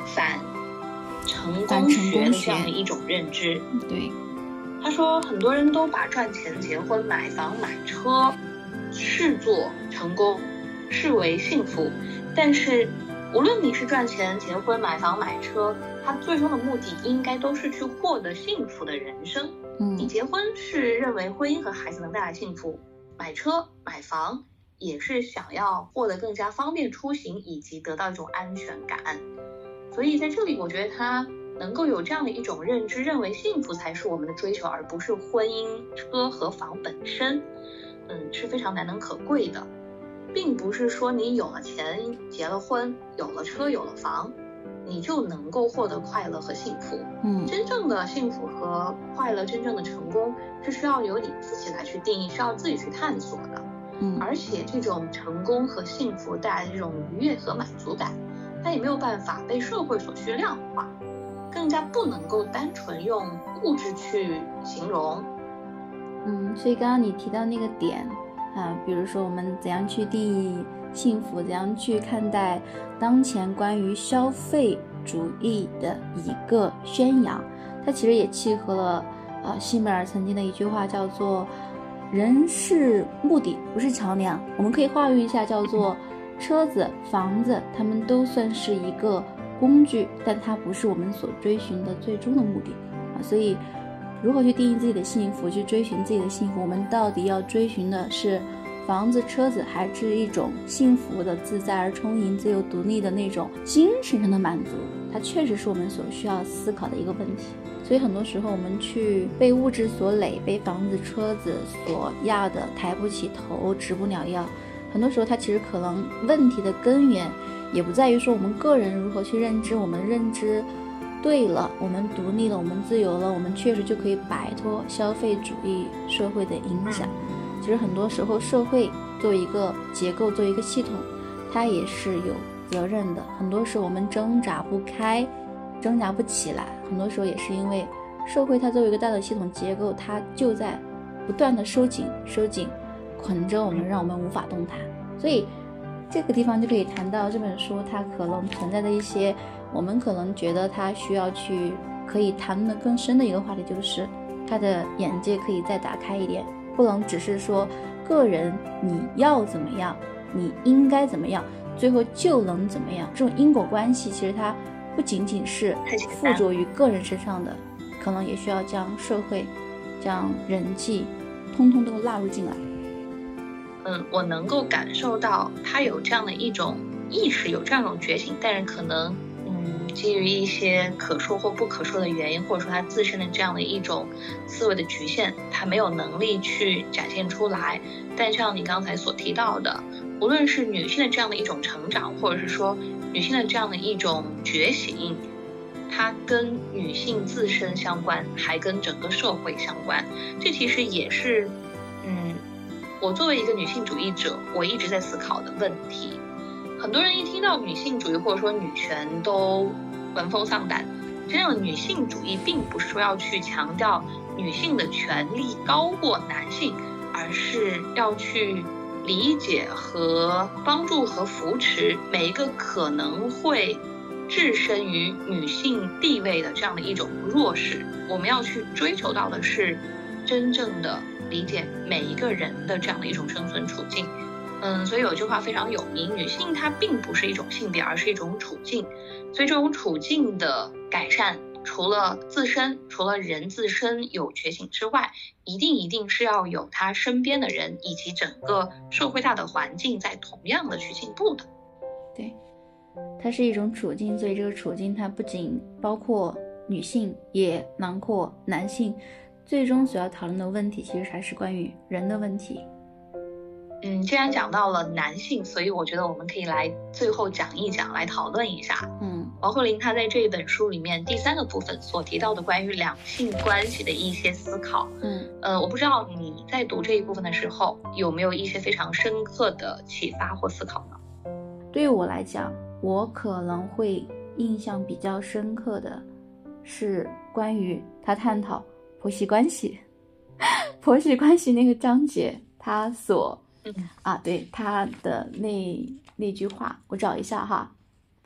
反成功学的这样的一种认知。 对， 他说很多人都把赚钱、结婚、买房、买车视作成功，视为幸福，但是无论你是赚钱、结婚、买房、买车，它最终的目的应该都是去获得幸福的人生。 嗯， 你结婚是认为婚姻和孩子能带来幸福，买车、买房也是想要获得更加方便出行以及得到一种安全感。所以在这里我觉得他能够有这样的一种认知，认为幸福才是我们的追求，而不是婚姻、车和房本身，嗯，是非常难能可贵的。并不是说你有了钱、结了婚、有了车、有了房，你就能够获得快乐和幸福。 嗯， 真正的幸福和快乐，真正的成功是需要由你自己来去定义，是要自己去探索的。 嗯， 而且这种成功和幸福带来的这种愉悦和满足感，它也没有办法被社会所去量化，更加不能够单纯用物质去形容。 嗯，所以刚刚你提到那个点啊，比如说我们怎样去定义幸福，怎样去看待当前关于消费主义的一个宣扬，它其实也契合了呃希美尔曾经的一句话，叫做人是目的，不是桥梁。我们可以化约一下，叫做车子、房子，它们都算是一个工具，但它不是我们所追寻的最终的目的啊。所以如何去定义自己的幸福，去追寻自己的幸福，我们到底要追寻的是房子、车子，还是一种幸福的、自在而充盈、自由独立的那种精神上的满足，它确实是我们所需要思考的一个问题。所以很多时候我们去被物质所累，被房子、车子所压得抬不起头、直不了腰，很多时候它其实可能问题的根源也不在于说我们个人如何去认知，我们认知对了，我们独立了，我们自由了，我们确实就可以摆脱消费主义社会的影响。其实很多时候社会作为一个结构，作为一个系统，它也是有责任的。很多时候我们挣扎不开，挣扎不起来，很多时候也是因为社会它作为一个大的系统结构，它就在不断的收紧收紧捆着我们，让我们无法动弹。所以这个地方就可以谈到这本书它可能存在的一些我们可能觉得它需要去可以谈论的更深的一个话题，就是它的眼界可以再打开一点，不能只是说个人你要怎么样，你应该怎么样，最后就能怎么样。这种因果关系其实它不仅仅是附着于个人身上的，可能也需要将社会、将人际通通都纳入进来。 嗯，我能够感受到他有这样的一种意识，有这样一种觉醒，但是可能嗯，基于一些可说或不可说的原因，或者说他自身的这样的一种思维的局限，他没有能力去展现出来。但像你刚才所提到的，无论是女性的这样的一种成长，或者是说女性的这样的一种觉醒，它跟女性自身相关，还跟整个社会相关。这其实也是嗯，我作为一个女性主义者，我一直在思考的问题。很多人一听到女性主义或者说女权都闻风丧胆。真正的女性主义并不是说要去强调女性的权利高过男性，而是要去理解和帮助和扶持每一个可能会置身于女性地位的这样的一种弱势。我们要去追求到的是真正的理解每一个人的这样的一种生存处境。嗯，所以有句话非常有名，女性它并不是一种性别，而是一种处境。所以这种处境的改善，除了自身，除了人自身有觉醒之外，一定一定是要有他身边的人以及整个社会大的环境在同样的去进步的。 对，它是一种处境，所以这个处境它不仅包括女性，也囊括男性。最终所要讨论的问题，其实还是关于人的问题。 嗯，既然讲到了男性，所以我觉得我们可以来最后讲一讲，来讨论一下。 嗯， 王鹤龄他在这一本书里面第三个部分所提到的关于两性关系的一些思考。 嗯， 呃，我不知道你在读这一部分的时候有没有一些非常深刻的启发或思考呢？ 对于我来讲，我可能会印象比较深刻的是关于他探讨婆媳关系，婆媳关系那个章节，他所嗯啊，对他的那那句话，我找一下哈。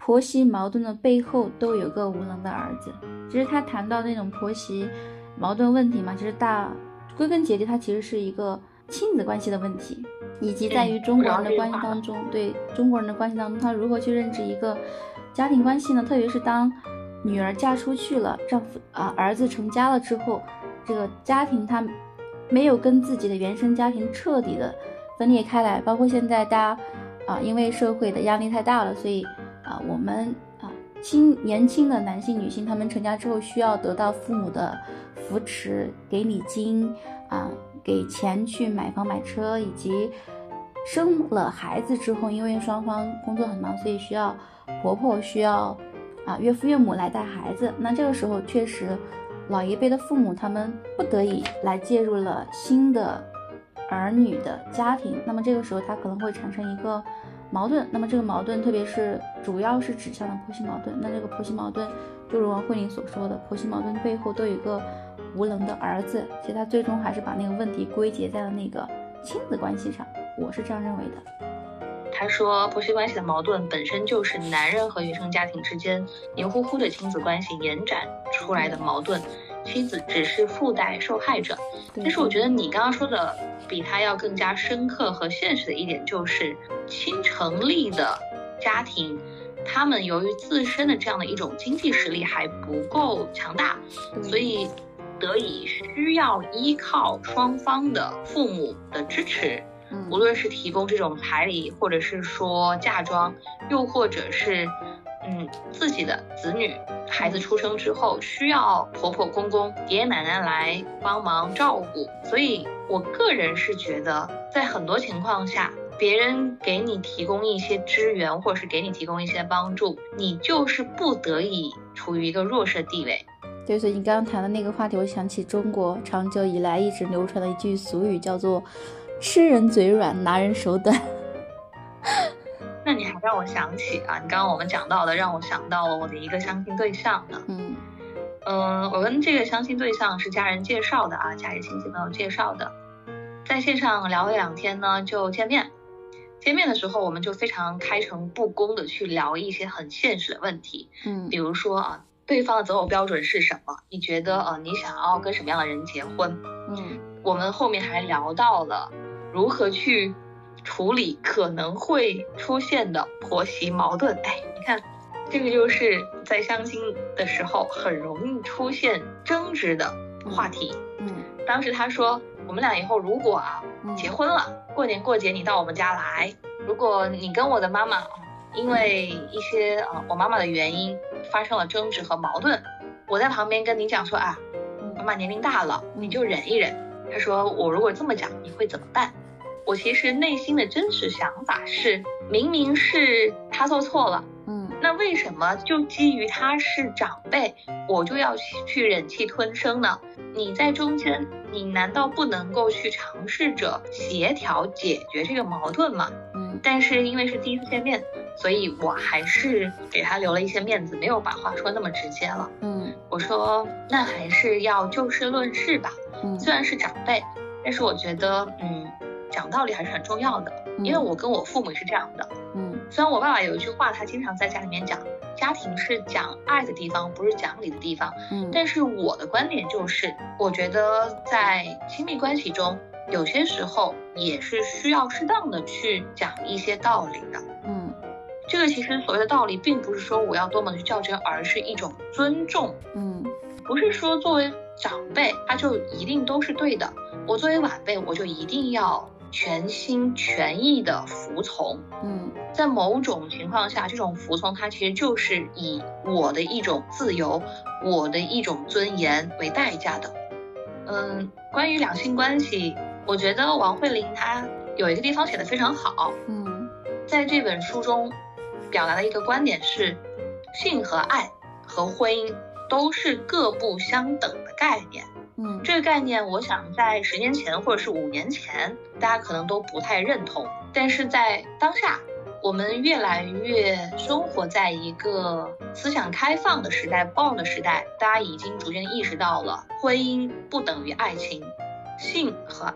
婆媳矛盾的背后都有个无能的儿子。其实他谈到那种婆媳矛盾问题嘛，其实大归根结底它其实是一个亲子关系的问题，以及在于中国人的关系当中，对中国人的关系当中，他如何去认知一个家庭关系呢？特别是当女儿嫁出去了，丈夫啊儿子成家了之后，这个家庭他没有跟自己的原生家庭彻底的分裂开来，包括现在大家啊因为社会的压力太大了，所以啊我们啊轻年轻的男性女性他们成家之后需要得到父母的扶持，给礼金啊，给钱去买房买车，以及生了孩子之后，因为双方工作很忙，所以需要婆婆需要啊岳父岳母来带孩子。那这个时候确实老一辈的父母他们不得已来介入了新的儿女的家庭，那么这个时候他可能会产生一个矛盾，那么这个矛盾特别是主要是指向了婆媳矛盾。那这个婆媳矛盾就如王慧玲所说的，婆媳矛盾背后都有一个无能的儿子，其实他最终还是把那个问题归结在了那个亲子关系上，我是这样认为的。 他说婆媳关系的矛盾本身就是男人和原生家庭之间黏糊糊的亲子关系延展出来的矛盾，妻子只是附带受害者。但是我觉得你刚刚说的比他要更加深刻和现实的一点就是，新成立的家庭他们由于自身的这样的一种经济实力还不够强大，所以得以需要依靠双方的父母的支持，无论是提供这种彩礼，或者是说嫁妆，又或者是嗯自己的子女孩子出生之后需要婆婆公公爷爷奶奶来帮忙照顾。所以我个人是觉得在很多情况下，别人给你提供一些支援，或者是给你提供一些帮助，你就是不得已处于一个弱势地位。 对，所以你刚刚谈的那个话题，我想起中国长久以来一直流传的一句俗语，叫做吃人嘴软，拿人手短。 那你还让我想起啊，你刚刚我们讲到的，让我想到了我的一个相亲对象呢。嗯嗯、呃，我跟这个相亲对象是家人介绍的啊，家里亲戚朋友介绍的，在线上聊了两天呢，就见面。见面的时候，我们就非常开诚布公的去聊一些很现实的问题，嗯，比如说啊，对方的择偶标准是什么？你觉得呃，你想要跟什么样的人结婚？嗯，我们后面还聊到了如何去处理可能会出现的婆媳矛盾。哎，你看，这个就是在相亲的时候很容易出现争执的话题。嗯，当时他说，我们俩以后如果啊结婚了，过年过节你到我们家来，如果你跟我的妈妈因为一些呃我妈妈的原因发生了争执和矛盾，我在旁边跟你讲说啊，妈妈年龄大了，你就忍一忍。他说我如果这么讲你会怎么办？我其实内心的真实想法是，明明是他做错了，嗯，那为什么就基于他是长辈，我就要去忍气吞声呢？你在中间，你难道不能够去尝试着协调解决这个矛盾吗？嗯，但是因为是第一次见面，所以我还是给他留了一些面子，没有把话说那么直接了。嗯，我说那还是要就事论事吧。嗯，虽然是长辈，但是我觉得嗯讲道理还是很重要的，因为我跟我父母是这样的。嗯，虽然我爸爸有一句话，他经常在家里面讲，家庭是讲爱的地方，不是讲理的地方。嗯，但是我的观点就是，我觉得在亲密关系中，有些时候也是需要适当的去讲一些道理的。嗯，这个其实所谓的道理，并不是说我要多么的去较真，而是一种尊重。嗯，不是说作为长辈他就一定都是对的，我作为晚辈我就一定要全心全意的服从。嗯，在某种情况下，这种服从它其实就是以我的一种自由，我的一种尊严为代价的。嗯，关于两性关系，我觉得王慧玲她有一个地方写得非常好。嗯，在这本书中表达的一个观点是，性和爱和婚姻都是各不相等的概念。嗯，这个概念我想在十年前或者是五年前大家可能都不太认同，但是在当下我们越来越生活在一个思想开放的时代，包容的时代，大家已经逐渐意识到了婚姻不等于爱情，性和爱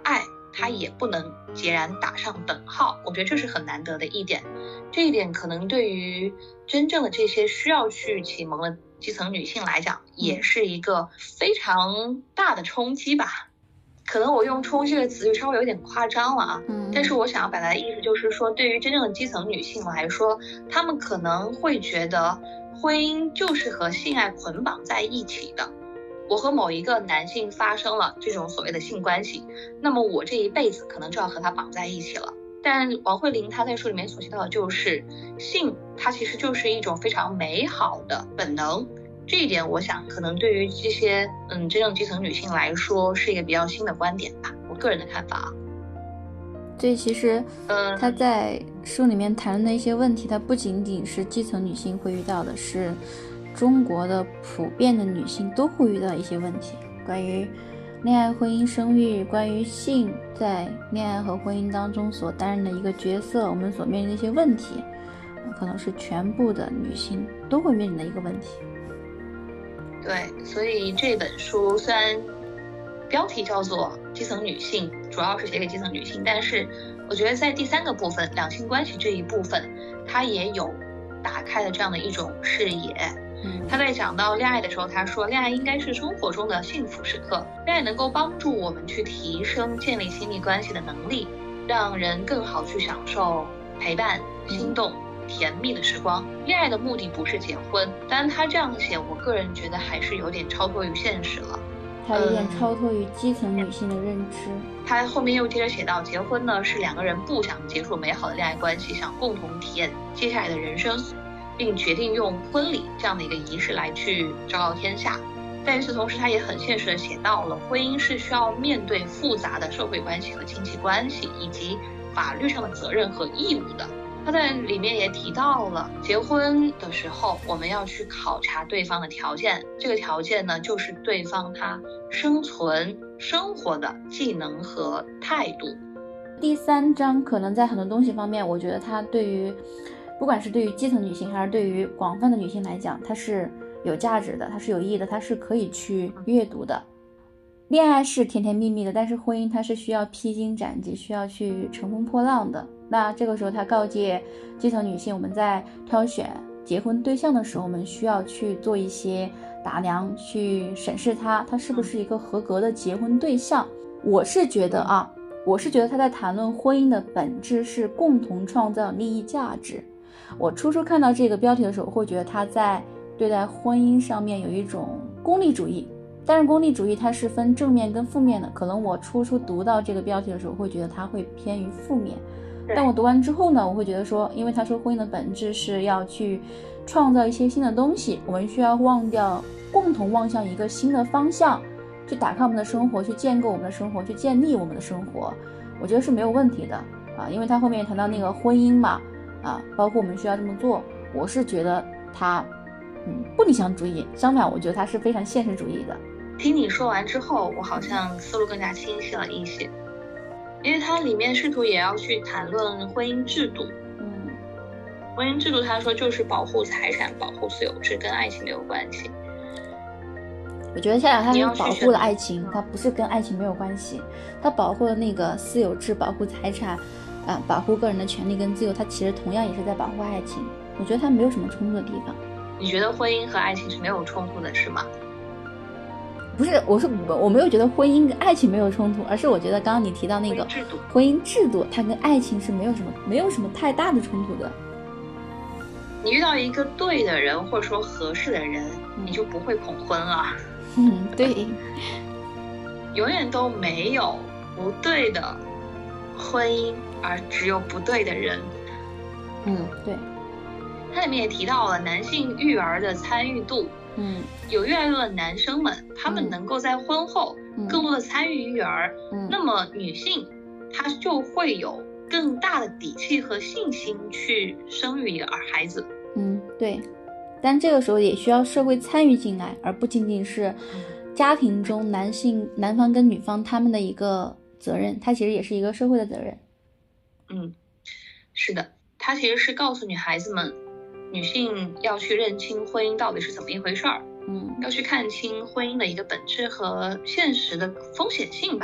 它也不能截然打上等号，我觉得这是很难得的一点。这一点可能对于真正的这些需要去启蒙的基层女性来讲，也是一个非常大的冲击吧。可能我用冲击的词语稍微有点夸张了啊，嗯，但是我想要表达的意思就是说，对于真正的基层女性来说，她们可能会觉得婚姻就是和性爱捆绑在一起的。我和某一个男性发生了这种所谓的性关系，那么我这一辈子可能就要和他绑在一起了。但王慧玲她在书里面所提到的就是性，它其实就是一种非常美好的本能。这一点我想可能对于这些嗯真正基层女性来说是一个比较新的观点吧，我个人的看法啊。 这其实嗯，她在书里面谈论的一些问题，它不仅仅是基层女性会遇到的，是中国的普遍的女性都会遇到一些问题，关于恋爱、婚姻、生育，关于性在恋爱和婚姻当中所担任的一个角色，我们所面临的一些问题，可能是全部的女性都会面临的一个问题。 对，所以这本书虽然标题叫做基层女性，主要是写给基层女性，但是我觉得在第三个部分两性关系这一部分，它也有打开了这样的一种视野。他在讲到恋爱的时候，他说恋爱应该是生活中的幸福时刻，恋爱能够帮助我们去提升建立亲密关系的能力，让人更好去享受陪伴、心动、甜蜜的时光。恋爱的目的不是结婚，但他这样写，我个人觉得还是有点超脱于现实了， 他有点超脱于基层女性的认知。 他后面又接着写到，结婚呢是两个人不想结束美好的恋爱关系，想共同体验接下来的人生，并决定用婚礼这样的一个仪式来去昭告天下。但与此同时，他也很现实的写到了婚姻是需要面对复杂的社会关系和亲戚关系，以及法律上的责任和义务的。他在里面也提到了结婚的时候我们要去考察对方的条件，这个条件呢就是对方他生存生活的技能和态度。 第三章可能在很多东西方面，我觉得它对于不管是对于基层女性还是对于广泛的女性来讲，它是有价值的，它是有意义的，它是可以去阅读的。恋爱是甜甜蜜蜜的，但是婚姻它是需要披荆斩棘，需要去乘风破浪的。那这个时候他告诫基层女性，我们在挑选结婚对象的时候，我们需要去做一些打量，去审视他他是不是一个合格的结婚对象。我是觉得啊我是觉得他在谈论婚姻的本质是共同创造利益价值。我初初看到这个标题的时候，我会觉得他在对待婚姻上面有一种功利主义，但是功利主义它是分正面跟负面的，可能我初初读到这个标题的时候会觉得它会偏于负面，但我读完之后呢，我会觉得说，因为他说婚姻的本质是要去创造一些新的东西，我们需要忘掉共同望向一个新的方向，去打开我们的生活，去建构我们的生活，去建立我们的生活，我觉得是没有问题的啊。因为他后面谈到那个婚姻嘛啊，包括我们需要这么做，我是觉得他嗯不理想主义，相反我觉得他是非常现实主义的。 听你说完之后，我好像思路更加清晰了一些，因为它里面试图也要去谈论婚姻制度。 嗯， 婚姻制度他说就是保护财产、保护私有制，跟爱情没有关系。 我觉得现在他是保护了爱情，他不是跟爱情没有关系，他保护了那个私有制，保护财产啊，保护个人的权利跟自由，他其实同样也是在保护爱情。我觉得他没有什么冲突的地方。 你觉得婚姻和爱情是没有冲突的是吗？ 不是，我是我没有觉得婚姻跟爱情没有冲突，而是我觉得刚刚你提到那个制度， 婚姻制度它跟爱情是没有什么没有什么太大的冲突的。 你遇到一个对的人或者说合适的人，嗯、你就不会恐婚了。 嗯，对， 永远都没有不对的婚姻，而只有不对的人。 嗯，对。 它里面也提到了男性育儿的参与度。 嗯， 有越来越多的男生们，他们能够在婚后更多的参与育儿， 嗯， 那么女性她就会有更大的底气和信心去生育一个儿孩子。 嗯，对。但这个时候也需要社会参与进来，而不仅仅是家庭中男性男方跟女方他们的一个责任，它其实也是一个社会的责任。 嗯，是的，它其实是告诉女孩子们，女性要去认清婚姻到底是怎么一回事儿， 嗯， 要去看清婚姻的一个本质和现实的风险性吧。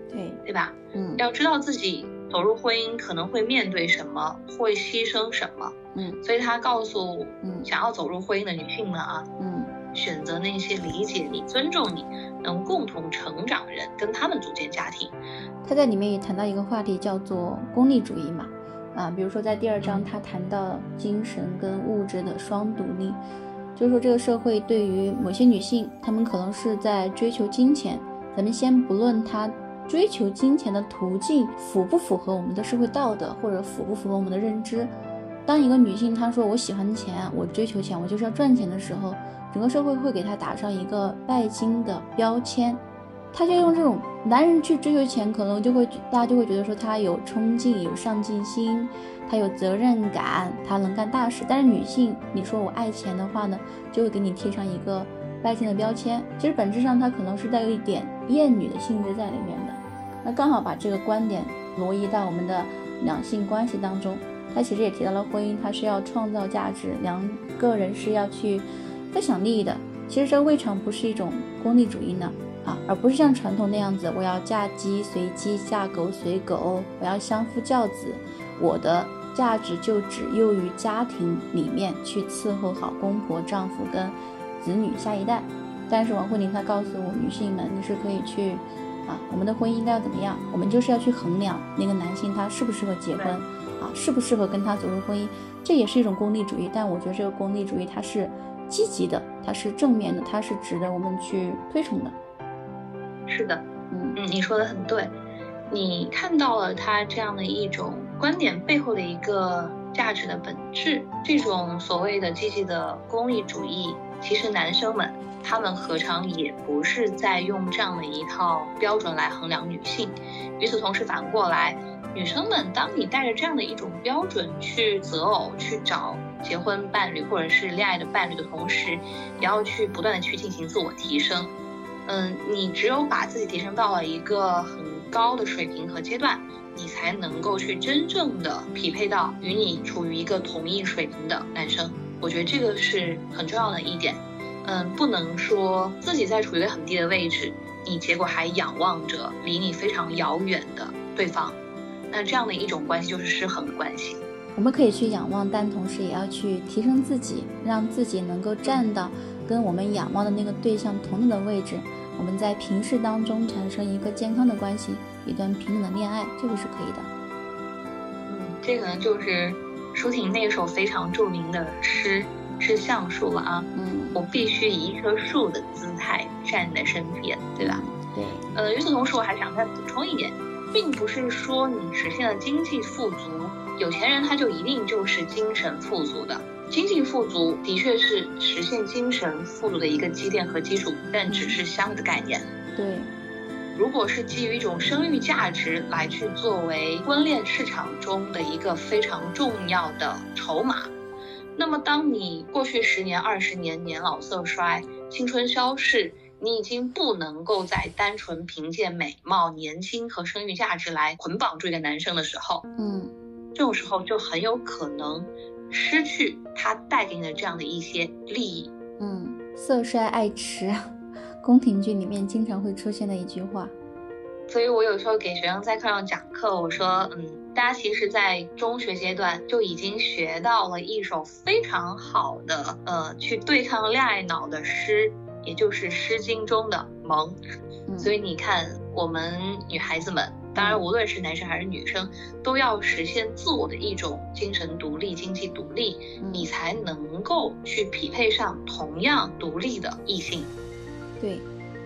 对对吧？ 嗯， 要知道自己走入婚姻可能会面对什么，会牺牲什么。 嗯， 所以他告诉嗯想要走入婚姻的女性们啊， 嗯， 选择那些理解你、尊重你、能共同成长的人，跟他们组建家庭。 他在里面也谈到一个话题叫做功利主义嘛，啊，比如说在第二章他谈到精神跟物质的双独立，就是说这个社会对于某些女性，她们可能是在追求金钱，咱们先不论她追求金钱的途径符不符合我们的社会道德，或者符不符合我们的认知。当一个女性她说我喜欢钱，我追求钱，我就是要赚钱的时候，整个社会会给她打上一个拜金的标签，她就用这种男人去追求钱，可能就会大家就会觉得说他有冲劲、有上进心，他有责任感，他能干大事。但是女性你说我爱钱的话呢，就会给你贴上一个拜金的标签，其实本质上它可能是带有一点厌女的性质在里面的。那刚好把这个观点挪移到我们的两性关系当中，他其实也提到了婚姻它是要创造价值，两个人是要去分享利益的。其实这未尝不是一种功利主义呢，啊，而不是像传统那样子，我要嫁鸡随鸡，嫁狗随狗，我要相夫教子，我的价值就只囿于家庭里面去伺候好公婆、丈夫跟子女下一代。但是王慧玲她告诉我女性们，你是可以去啊，我们的婚姻应该要怎么样，我们就是要去衡量那个男性他适不适合结婚啊，适不适合跟他走入婚姻，这也是一种功利主义。但我觉得这个功利主义它是积极的，它是正面的，它是值得我们去推崇的。 是的， 嗯嗯，你说的很对，你看到了他这样的一种观点背后的一个价值的本质。这种所谓的积极的功利主义，其实男生们他们何尝也不是在用这样的一套标准来衡量女性。与此同时反过来，女生们当你带着这样的一种标准去择偶、去找结婚伴侣或者是恋爱的伴侣的同时，也要去不断的去进行自我提升。嗯，你只有把自己提升到了一个很高的水平和阶段，你才能够去真正的匹配到与你处于一个同一水平的男生。我觉得这个是很重要的一点。嗯，不能说自己在处于一个很低的位置，你结果还仰望着离你非常遥远的对方，那这样的一种关系就是失衡的关系。 我们可以去仰望，但同时也要去提升自己，让自己能够站到跟我们仰望的那个对象同等的位置，我们在平视当中产生一个健康的关系，一段平等的恋爱，这个是可以的。 嗯，这可能就是舒婷那首非常著名的诗，是橡树了啊。 嗯， 我必须以一棵树的姿态站在身边，对吧？ 对。 呃，与此同时，我还想再补充一点，并不是说你实现了经济富足，有钱人他就一定就是精神富足的。经济富足的确是实现精神富足的一个积淀和基础，但只是相对的概念。 对， 如果是基于一种生育价值来去作为婚恋市场中的一个非常重要的筹码，那么当你过去十年、二十年年老色衰、青春消逝，你已经不能够再单纯凭借美貌、年轻和生育价值来捆绑住一个男生的时候， 嗯， 这种时候就很有可能失去他带给你的这样的一些利益。 嗯，色衰爱弛，宫廷剧里面经常会出现的一句话。 所以我有时候给学生在课上讲课，我说嗯，大家其实在中学阶段就已经学到了一首非常好的呃去对抗恋爱脑的诗，也就是诗经中的蒙、嗯、所以你看我们女孩子们，当然无论是男生还是女生，都要实现自我的一种精神独立、经济独立、嗯、你才能够去匹配上同样独立的异性。 对。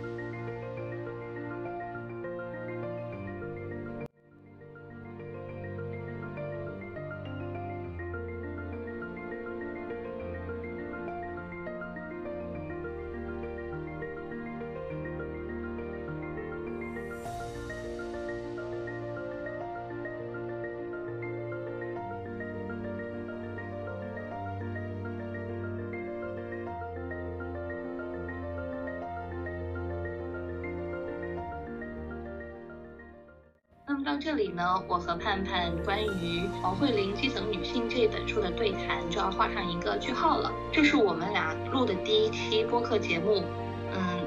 那么到这里呢，我和盼盼关于王慧玲《基层女性》这本书的对谈就要画上一个句号了。这是我们俩录的第一期播客节目，嗯，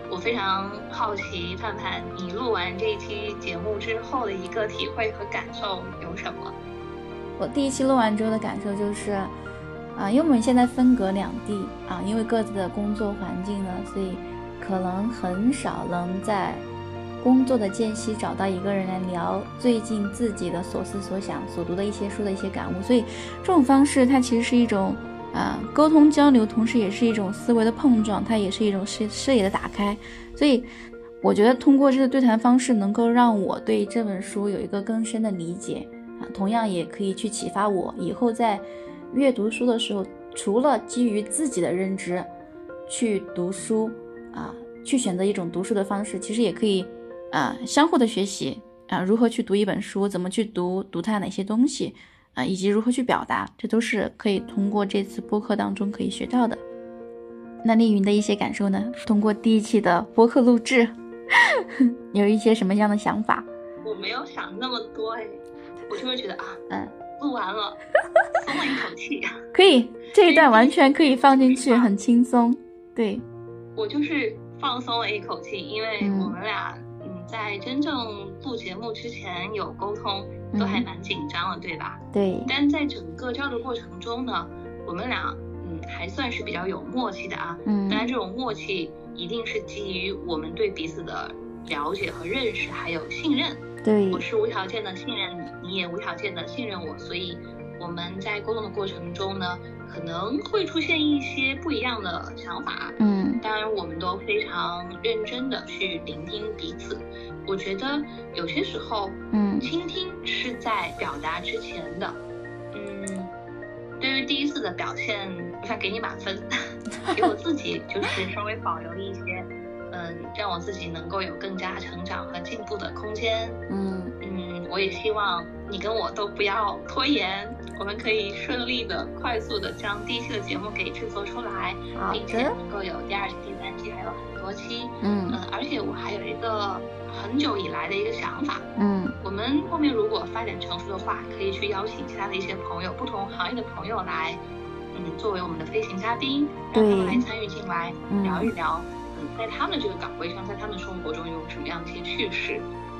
我非常好奇，盼盼你录完这一期节目之后的一个体会和感受有什么？ 我第一期录完之后的感受就是，啊，因为我们现在分隔两地啊，因为各自的工作环境呢，所以可能很少能在工作的间隙找到一个人来聊最近自己的所思所想、所读的一些书的一些感悟，所以这种方式它其实是一种啊沟通交流，同时也是一种思维的碰撞，它也是一种视视野的打开。所以我觉得通过这个对谈方式，能够让我对这本书有一个更深的理解啊，同样也可以去启发我以后在阅读书的时候，除了基于自己的认知去读书啊，去选择一种读书的方式，其实也可以啊相互的学习啊，如何去读一本书，怎么去读，读它哪些东西啊，以及如何去表达，这都是可以通过这次播客当中可以学到的。那丽云的一些感受呢？通过第一期的播客录制有一些什么样的想法？ 我没有想那么多哎，我就会觉得啊， 嗯， 录完了，松了一口气。 可以，这一段完全可以放进去，很轻松。对， 我就是放松了一口气，因为我们俩嗯在真正录节目之前有沟通，都还蛮紧张的，对吧？ 对。 但在整个交流过程中呢，我们俩嗯还算是比较有默契的啊。嗯。当然，这种默契一定是基于我们对彼此的了解和认识，还有信任。 对。 我是无条件的信任你，你也无条件的信任我，所以我们在沟通的过程中呢，可能会出现一些不一样的想法。嗯。当然，我们都非常认真的去聆听彼此。我觉得有些时候，嗯，倾听是在表达之前的。嗯，对于第一次的表现，我想给你满分，给我自己就是稍微保留一些，嗯，让我自己能够有更加成长和进步的空间。嗯嗯，我也希望你跟我都不要拖延，我们可以顺利的、快速的将第一期的节目给制作出来，并且能够有第二期、第三期，还有很多期。嗯嗯，而且我还有一个很久以来的一个想法，嗯，我们后面如果发展成熟的话，可以去邀请其他的一些朋友，不同行业的朋友来，嗯，作为我们的飞行嘉宾，让他们来参与进来，聊一聊，嗯，在他们的这个岗位上，在他们生活中有什么样的一些趣事。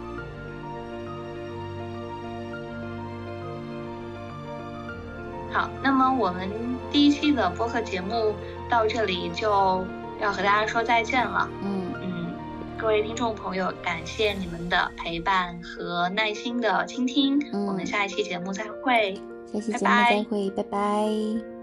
好，那么我们第一期的播客节目到这里就要和大家说再见了。嗯嗯，各位听众朋友，感谢你们的陪伴和耐心的倾听。嗯，我们下一期节目再会， 下期节目再会，拜拜。拜拜。